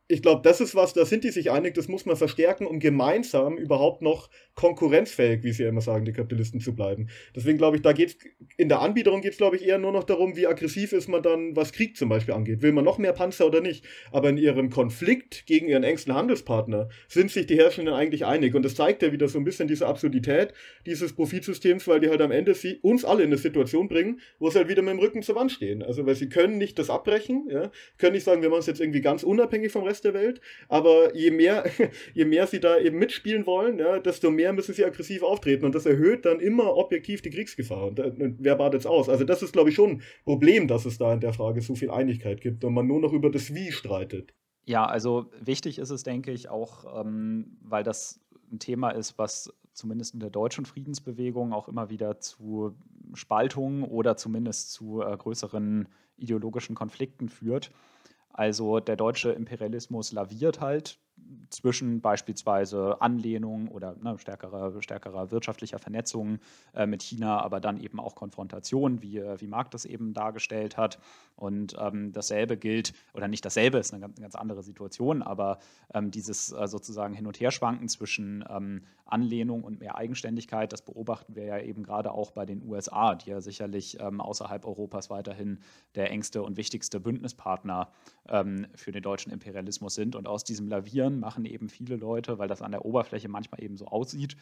ich glaube, das ist was, da sind die sich einig, das muss man verstärken, um gemeinsam überhaupt noch konkurrenzfähig, wie sie immer sagen, die Kapitalisten zu bleiben. Deswegen glaube ich, in der Anbiederung geht es, glaube ich, eher nur noch darum, wie aggressiv ist man dann, was Krieg zum Beispiel angeht. Will man noch mehr Panzer oder nicht? Aber in ihrem Konflikt gegen ihren engsten Handelspartner sind sich die Herrschenden eigentlich einig. Und das zeigt ja wieder so ein bisschen diese Absurdität dieses Profitsystems, weil die halt am Ende uns alle in eine Situation bringen, wo sie halt wieder mit dem Rücken zur Wand stehen. Also, weil sie können nicht das abbrechen, ja, können nicht sagen, wir machen es jetzt irgendwie ganz unabhängig vom Rest der Welt, aber je mehr sie da eben mitspielen wollen, ja, desto mehr müssen sie aggressiv auftreten und das erhöht dann immer objektiv die Kriegsgefahr. Und wer badet es aus? Also das ist, glaube ich, schon ein Problem, dass es da in der Frage so viel Einigkeit gibt und man nur noch über das Wie streitet. Ja, also wichtig ist es, denke ich, auch, weil das ein Thema ist, was zumindest in der deutschen Friedensbewegung auch immer wieder zu Spaltungen oder zumindest zu größeren ideologischen Konflikten führt. Also der deutsche Imperialismus laviert halt zwischen beispielsweise Anlehnung oder stärkerer wirtschaftlicher Vernetzung mit China, aber dann eben auch Konfrontation, wie Marc das eben dargestellt hat. Und dasselbe gilt, oder nicht dasselbe, ist eine ganz andere Situation, aber dieses sozusagen Hin- und Herschwanken zwischen Anlehnung und mehr Eigenständigkeit, das beobachten wir ja eben gerade auch bei den USA, die ja sicherlich außerhalb Europas weiterhin der engste und wichtigste Bündnispartner für den deutschen Imperialismus sind. Und aus diesem Lavieren machen eben viele Leute, weil das an der Oberfläche manchmal eben so aussieht,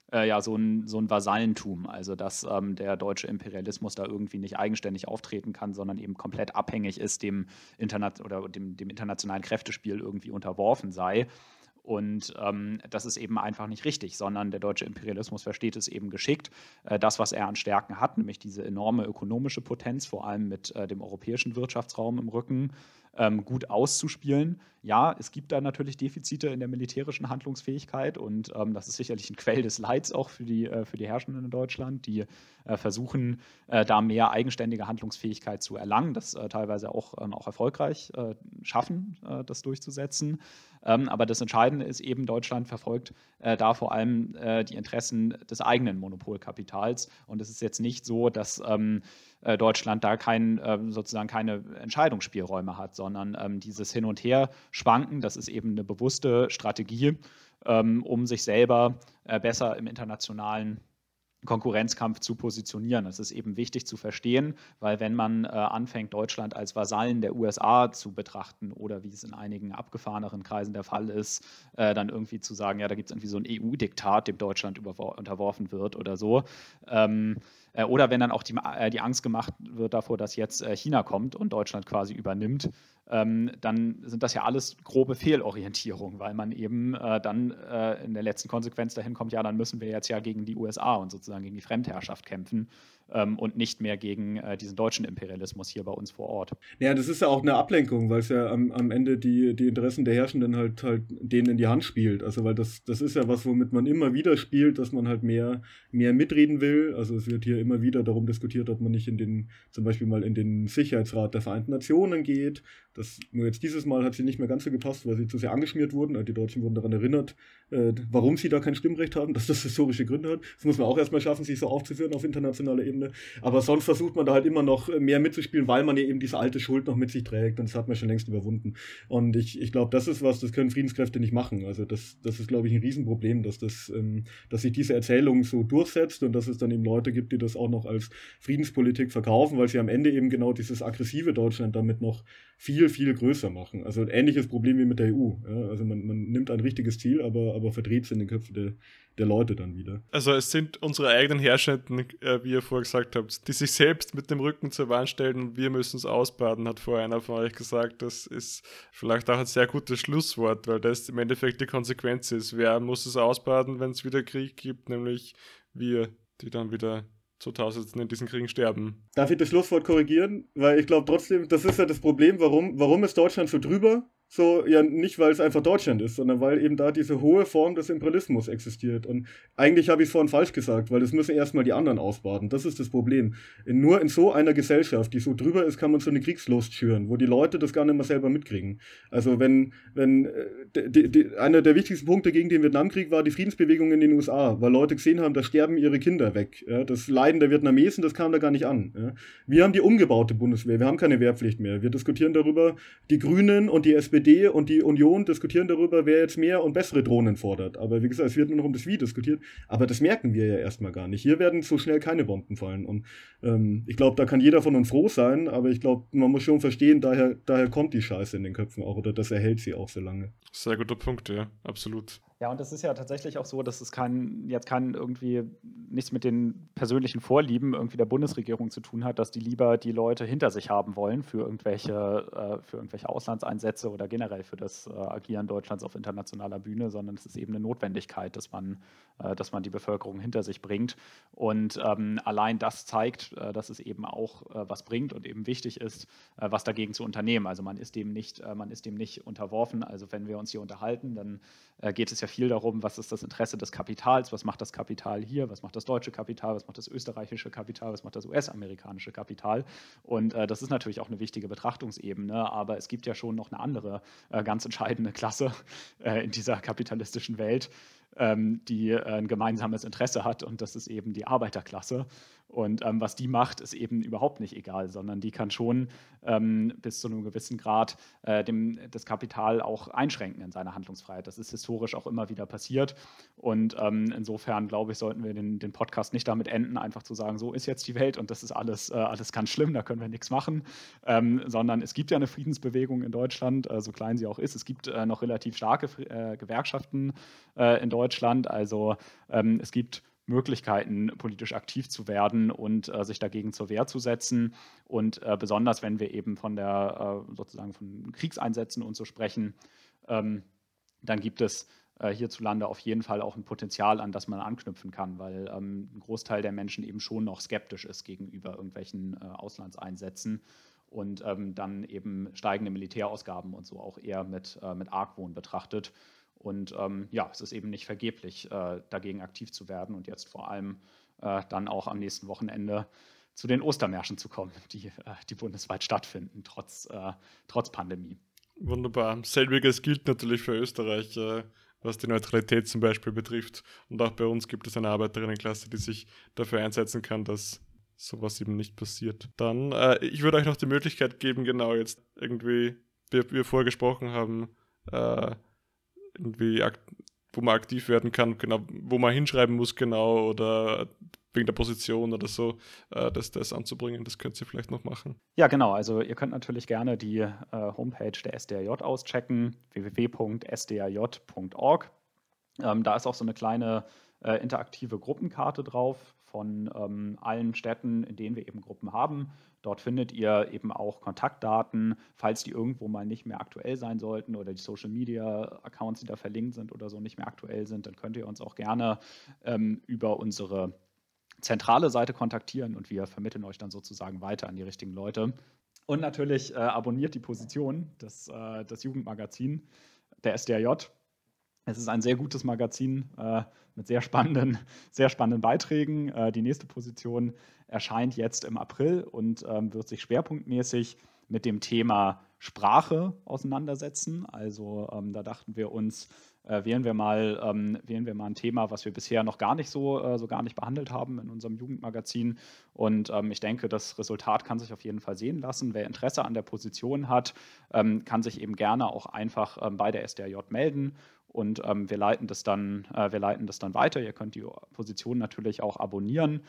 so ein Vasallentum. Also dass der deutsche Imperialismus da irgendwie nicht eigenständig auftreten kann, sondern eben komplett abhängig ist, dem internationalen Kräftespiel irgendwie unterworfen sei. Und das ist eben einfach nicht richtig, sondern der deutsche Imperialismus versteht es eben geschickt, das, was er an Stärken hat, nämlich diese enorme ökonomische Potenz, vor allem mit dem europäischen Wirtschaftsraum im Rücken, gut auszuspielen. Ja, es gibt da natürlich Defizite in der militärischen Handlungsfähigkeit und das ist sicherlich ein Quell des Leids auch für die Herrschenden in Deutschland, die versuchen, da mehr eigenständige Handlungsfähigkeit zu erlangen, das teilweise auch erfolgreich schaffen, das durchzusetzen. Aber das Entscheidende ist eben, Deutschland verfolgt da vor allem die Interessen des eigenen Monopolkapitals. Und es ist jetzt nicht so, dass Deutschland da sozusagen keine Entscheidungsspielräume hat, sondern dieses Hin- und Her-Schwanken, das ist eben eine bewusste Strategie, um sich selber besser im internationalen Konkurrenzkampf zu positionieren. Das ist eben wichtig zu verstehen, weil wenn man anfängt, Deutschland als Vasallen der USA zu betrachten oder wie es in einigen abgefahreneren Kreisen der Fall ist, dann irgendwie zu sagen, ja, da gibt es irgendwie so ein EU-Diktat, dem Deutschland unterworfen wird oder so. Oder wenn dann auch die Angst gemacht wird davor, dass jetzt China kommt und Deutschland quasi übernimmt, dann sind das ja alles grobe Fehlorientierungen, weil man eben dann in der letzten Konsequenz dahin kommt, ja, dann müssen wir jetzt ja gegen die USA und sozusagen gegen die Fremdherrschaft kämpfen und nicht mehr gegen diesen deutschen Imperialismus hier bei uns vor Ort. Ja, das ist ja auch eine Ablenkung, weil es ja am Ende die Interessen der Herrschenden halt denen in die Hand spielt. Also weil das ist ja was, womit man immer wieder spielt, dass man halt mehr mitreden will. Also es wird hier immer wieder darum diskutiert, ob man nicht zum Beispiel mal in den Sicherheitsrat der Vereinten Nationen geht. Nur jetzt dieses Mal hat sie nicht mehr ganz so gepasst, weil sie zu sehr angeschmiert wurden. Die Deutschen wurden daran erinnert, warum sie da kein Stimmrecht haben, dass das historische Gründe hat. Das muss man auch erstmal schaffen, sich so aufzuführen auf internationaler Ebene. Aber sonst versucht man da halt immer noch mehr mitzuspielen, weil man ja eben diese alte Schuld noch mit sich trägt und das hat man schon längst überwunden. Und ich glaube, das ist was, das können Friedenskräfte nicht machen. Also das ist, glaube ich, ein Riesenproblem, dass sich diese Erzählung so durchsetzt und dass es dann eben Leute gibt, die das auch noch als Friedenspolitik verkaufen, weil sie am Ende eben genau dieses aggressive Deutschland damit noch viel, viel größer machen. Also ein ähnliches Problem wie mit der EU. Ja? Also man nimmt ein richtiges Ziel, aber verdreht es in den Köpfen der Leute dann wieder. Also es sind unsere eigenen Herrschenden, wie ihr vorher gesagt habt, die sich selbst mit dem Rücken zur Wand stellen und wir müssen es ausbaden, hat vorher einer von euch gesagt. Das ist vielleicht auch ein sehr gutes Schlusswort, weil das im Endeffekt die Konsequenz ist. Wer muss es ausbaden, wenn es wieder Krieg gibt? Nämlich wir, die dann wieder zu Tausenden in diesen Kriegen sterben. Darf ich das Schlusswort korrigieren? Weil ich glaube trotzdem, das ist ja das Problem, warum ist Deutschland so drüber? So, ja, nicht weil es einfach Deutschland ist, sondern weil eben da diese hohe Form des Imperialismus existiert. Und eigentlich habe ich es vorhin falsch gesagt, weil das müssen erstmal die anderen ausbaden. Das ist das Problem. Nur in so einer Gesellschaft, die so drüber ist, kann man so eine Kriegslust schüren, wo die Leute das gar nicht mehr selber mitkriegen. Also wenn einer der wichtigsten Punkte gegen den Vietnamkrieg war die Friedensbewegung in den USA, weil Leute gesehen haben, da sterben ihre Kinder weg. Ja, das Leiden der Vietnamesen, das kam da gar nicht an. Ja. Wir haben die umgebaute Bundeswehr, wir haben keine Wehrpflicht mehr. Wir diskutieren darüber, die Grünen und die SPD SPD und die Union diskutieren darüber, wer jetzt mehr und bessere Drohnen fordert. Aber wie gesagt, es wird nur noch um das Wie diskutiert. Aber das merken wir ja erstmal gar nicht. Hier werden so schnell keine Bomben fallen. Und ich glaube, da kann jeder von uns froh sein, aber ich glaube, man muss schon verstehen, daher kommt die Scheiße in den Köpfen auch, oder das erhält sie auch so lange. Sehr guter Punkt, ja, absolut. Ja, und es ist ja tatsächlich auch so, dass es irgendwie nichts mit den persönlichen Vorlieben irgendwie der Bundesregierung zu tun hat, dass die lieber die Leute hinter sich haben wollen für irgendwelche Auslandseinsätze oder generell für das Agieren Deutschlands auf internationaler Bühne, sondern es ist eben eine Notwendigkeit, dass man die Bevölkerung hinter sich bringt. Und allein das zeigt, dass es eben auch was bringt und eben wichtig ist, was dagegen zu unternehmen. Also man ist dem nicht unterworfen. Also wenn wir uns hier unterhalten, dann geht es ja viel darum, was ist das Interesse des Kapitals, was macht das Kapital hier, was macht das deutsche Kapital, was macht das österreichische Kapital, was macht das US-amerikanische Kapital. Und das ist natürlich auch eine wichtige Betrachtungsebene, aber es gibt ja schon noch eine andere ganz entscheidende Klasse in dieser kapitalistischen Welt, die ein gemeinsames Interesse hat, und das ist eben die Arbeiterklasse. Und was die macht, ist eben überhaupt nicht egal, sondern die kann schon bis zu einem gewissen Grad das Kapital auch einschränken in seiner Handlungsfreiheit. Das ist historisch auch immer wieder passiert. Und insofern, glaube ich, sollten wir den Podcast nicht damit enden, einfach zu sagen, so ist jetzt die Welt und das ist alles ganz schlimm, da können wir nichts machen, sondern es gibt ja eine Friedensbewegung in Deutschland, so klein sie auch ist. Es gibt noch relativ starke Gewerkschaften in Deutschland. Also es gibt Möglichkeiten, politisch aktiv zu werden und sich dagegen zur Wehr zu setzen. Und besonders, wenn wir eben von Kriegseinsätzen und so sprechen, dann gibt es hierzulande auf jeden Fall auch ein Potenzial, an das man anknüpfen kann, weil ein Großteil der Menschen eben schon noch skeptisch ist gegenüber irgendwelchen Auslandseinsätzen und dann eben steigende Militärausgaben und so auch eher mit Argwohn betrachtet. Und es ist eben nicht vergeblich, dagegen aktiv zu werden und jetzt vor allem dann auch am nächsten Wochenende zu den Ostermärschen zu kommen, die bundesweit stattfinden, trotz Pandemie. Wunderbar. Selbiges gilt natürlich für Österreich, was die Neutralität zum Beispiel betrifft. Und auch bei uns gibt es eine Arbeiterinnenklasse, die sich dafür einsetzen kann, dass sowas eben nicht passiert. Dann, ich würde euch noch die Möglichkeit geben, genau jetzt irgendwie, wie wir vorher gesprochen haben, irgendwie, wo man aktiv werden kann, genau, wo man hinschreiben muss, genau, oder wegen der Position oder so, das anzubringen, das könnt ihr vielleicht noch machen. Ja, genau, also ihr könnt natürlich gerne die Homepage der SDAJ auschecken, www.sdaj.org. Da ist auch so eine kleine interaktive Gruppenkarte drauf von allen Städten, in denen wir eben Gruppen haben. Dort findet ihr eben auch Kontaktdaten, falls die irgendwo mal nicht mehr aktuell sein sollten oder die Social-Media-Accounts, die da verlinkt sind oder so, nicht mehr aktuell sind, dann könnt ihr uns auch gerne über unsere zentrale Seite kontaktieren und wir vermitteln euch dann sozusagen weiter an die richtigen Leute. Und natürlich abonniert die Position, das Jugendmagazin der SDAJ. Es ist ein sehr gutes Magazin mit sehr spannenden Beiträgen. Die nächste Position erscheint jetzt im April und wird sich schwerpunktmäßig mit dem Thema Sprache auseinandersetzen. Also da dachten wir uns, wählen wir mal ein Thema, was wir bisher noch gar nicht behandelt haben in unserem Jugendmagazin. Und ich denke, das Resultat kann sich auf jeden Fall sehen lassen. Wer Interesse an der Position hat, kann sich eben gerne auch einfach bei der SDAJ melden. Und wir leiten das dann weiter. Ihr könnt die Position natürlich auch abonnieren.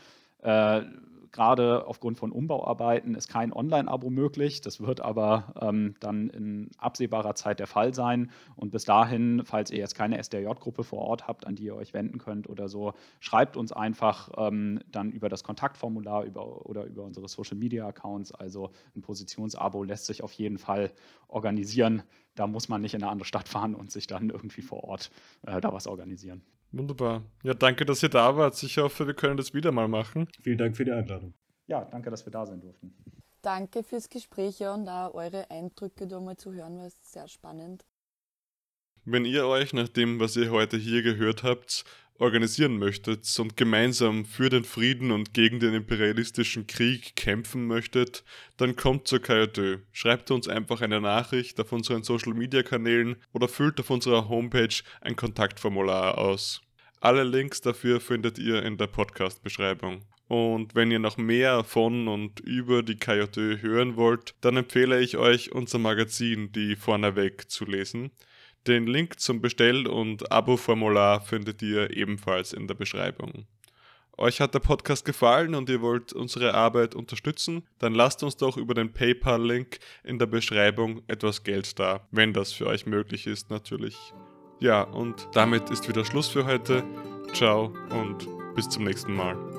Gerade aufgrund von Umbauarbeiten ist kein Online-Abo möglich. Das wird aber dann in absehbarer Zeit der Fall sein. Und bis dahin, falls ihr jetzt keine SDAJ-Gruppe vor Ort habt, an die ihr euch wenden könnt oder so, schreibt uns einfach dann über das Kontaktformular oder über unsere Social-Media-Accounts. Also ein Positionsabo lässt sich auf jeden Fall organisieren. Da muss man nicht in eine andere Stadt fahren und sich dann irgendwie vor Ort da was organisieren. Wunderbar. Ja, danke, dass ihr da wart. Ich hoffe, wir können das wieder mal machen. Vielen Dank für die Einladung. Ja, danke, dass wir da sein durften. Danke fürs Gespräch und auch eure Eindrücke da mal zu hören, war sehr spannend. Wenn ihr euch nach dem, was ihr heute hier gehört habt, organisieren möchtet und gemeinsam für den Frieden und gegen den imperialistischen Krieg kämpfen möchtet, dann kommt zur KJÖ. Schreibt uns einfach eine Nachricht auf unseren Social-Media-Kanälen oder füllt auf unserer Homepage ein Kontaktformular aus. Alle Links dafür findet ihr in der Podcast-Beschreibung. Und wenn ihr noch mehr von und über die KJÖ hören wollt, dann empfehle ich euch, unser Magazin Die Vorneweg zu lesen. Den Link zum Bestell- und Abo-Formular findet ihr ebenfalls in der Beschreibung. Euch hat der Podcast gefallen und ihr wollt unsere Arbeit unterstützen, dann lasst uns doch über den PayPal-Link in der Beschreibung etwas Geld da, wenn das für euch möglich ist natürlich. Ja, und damit ist wieder Schluss für heute. Ciao und bis zum nächsten Mal.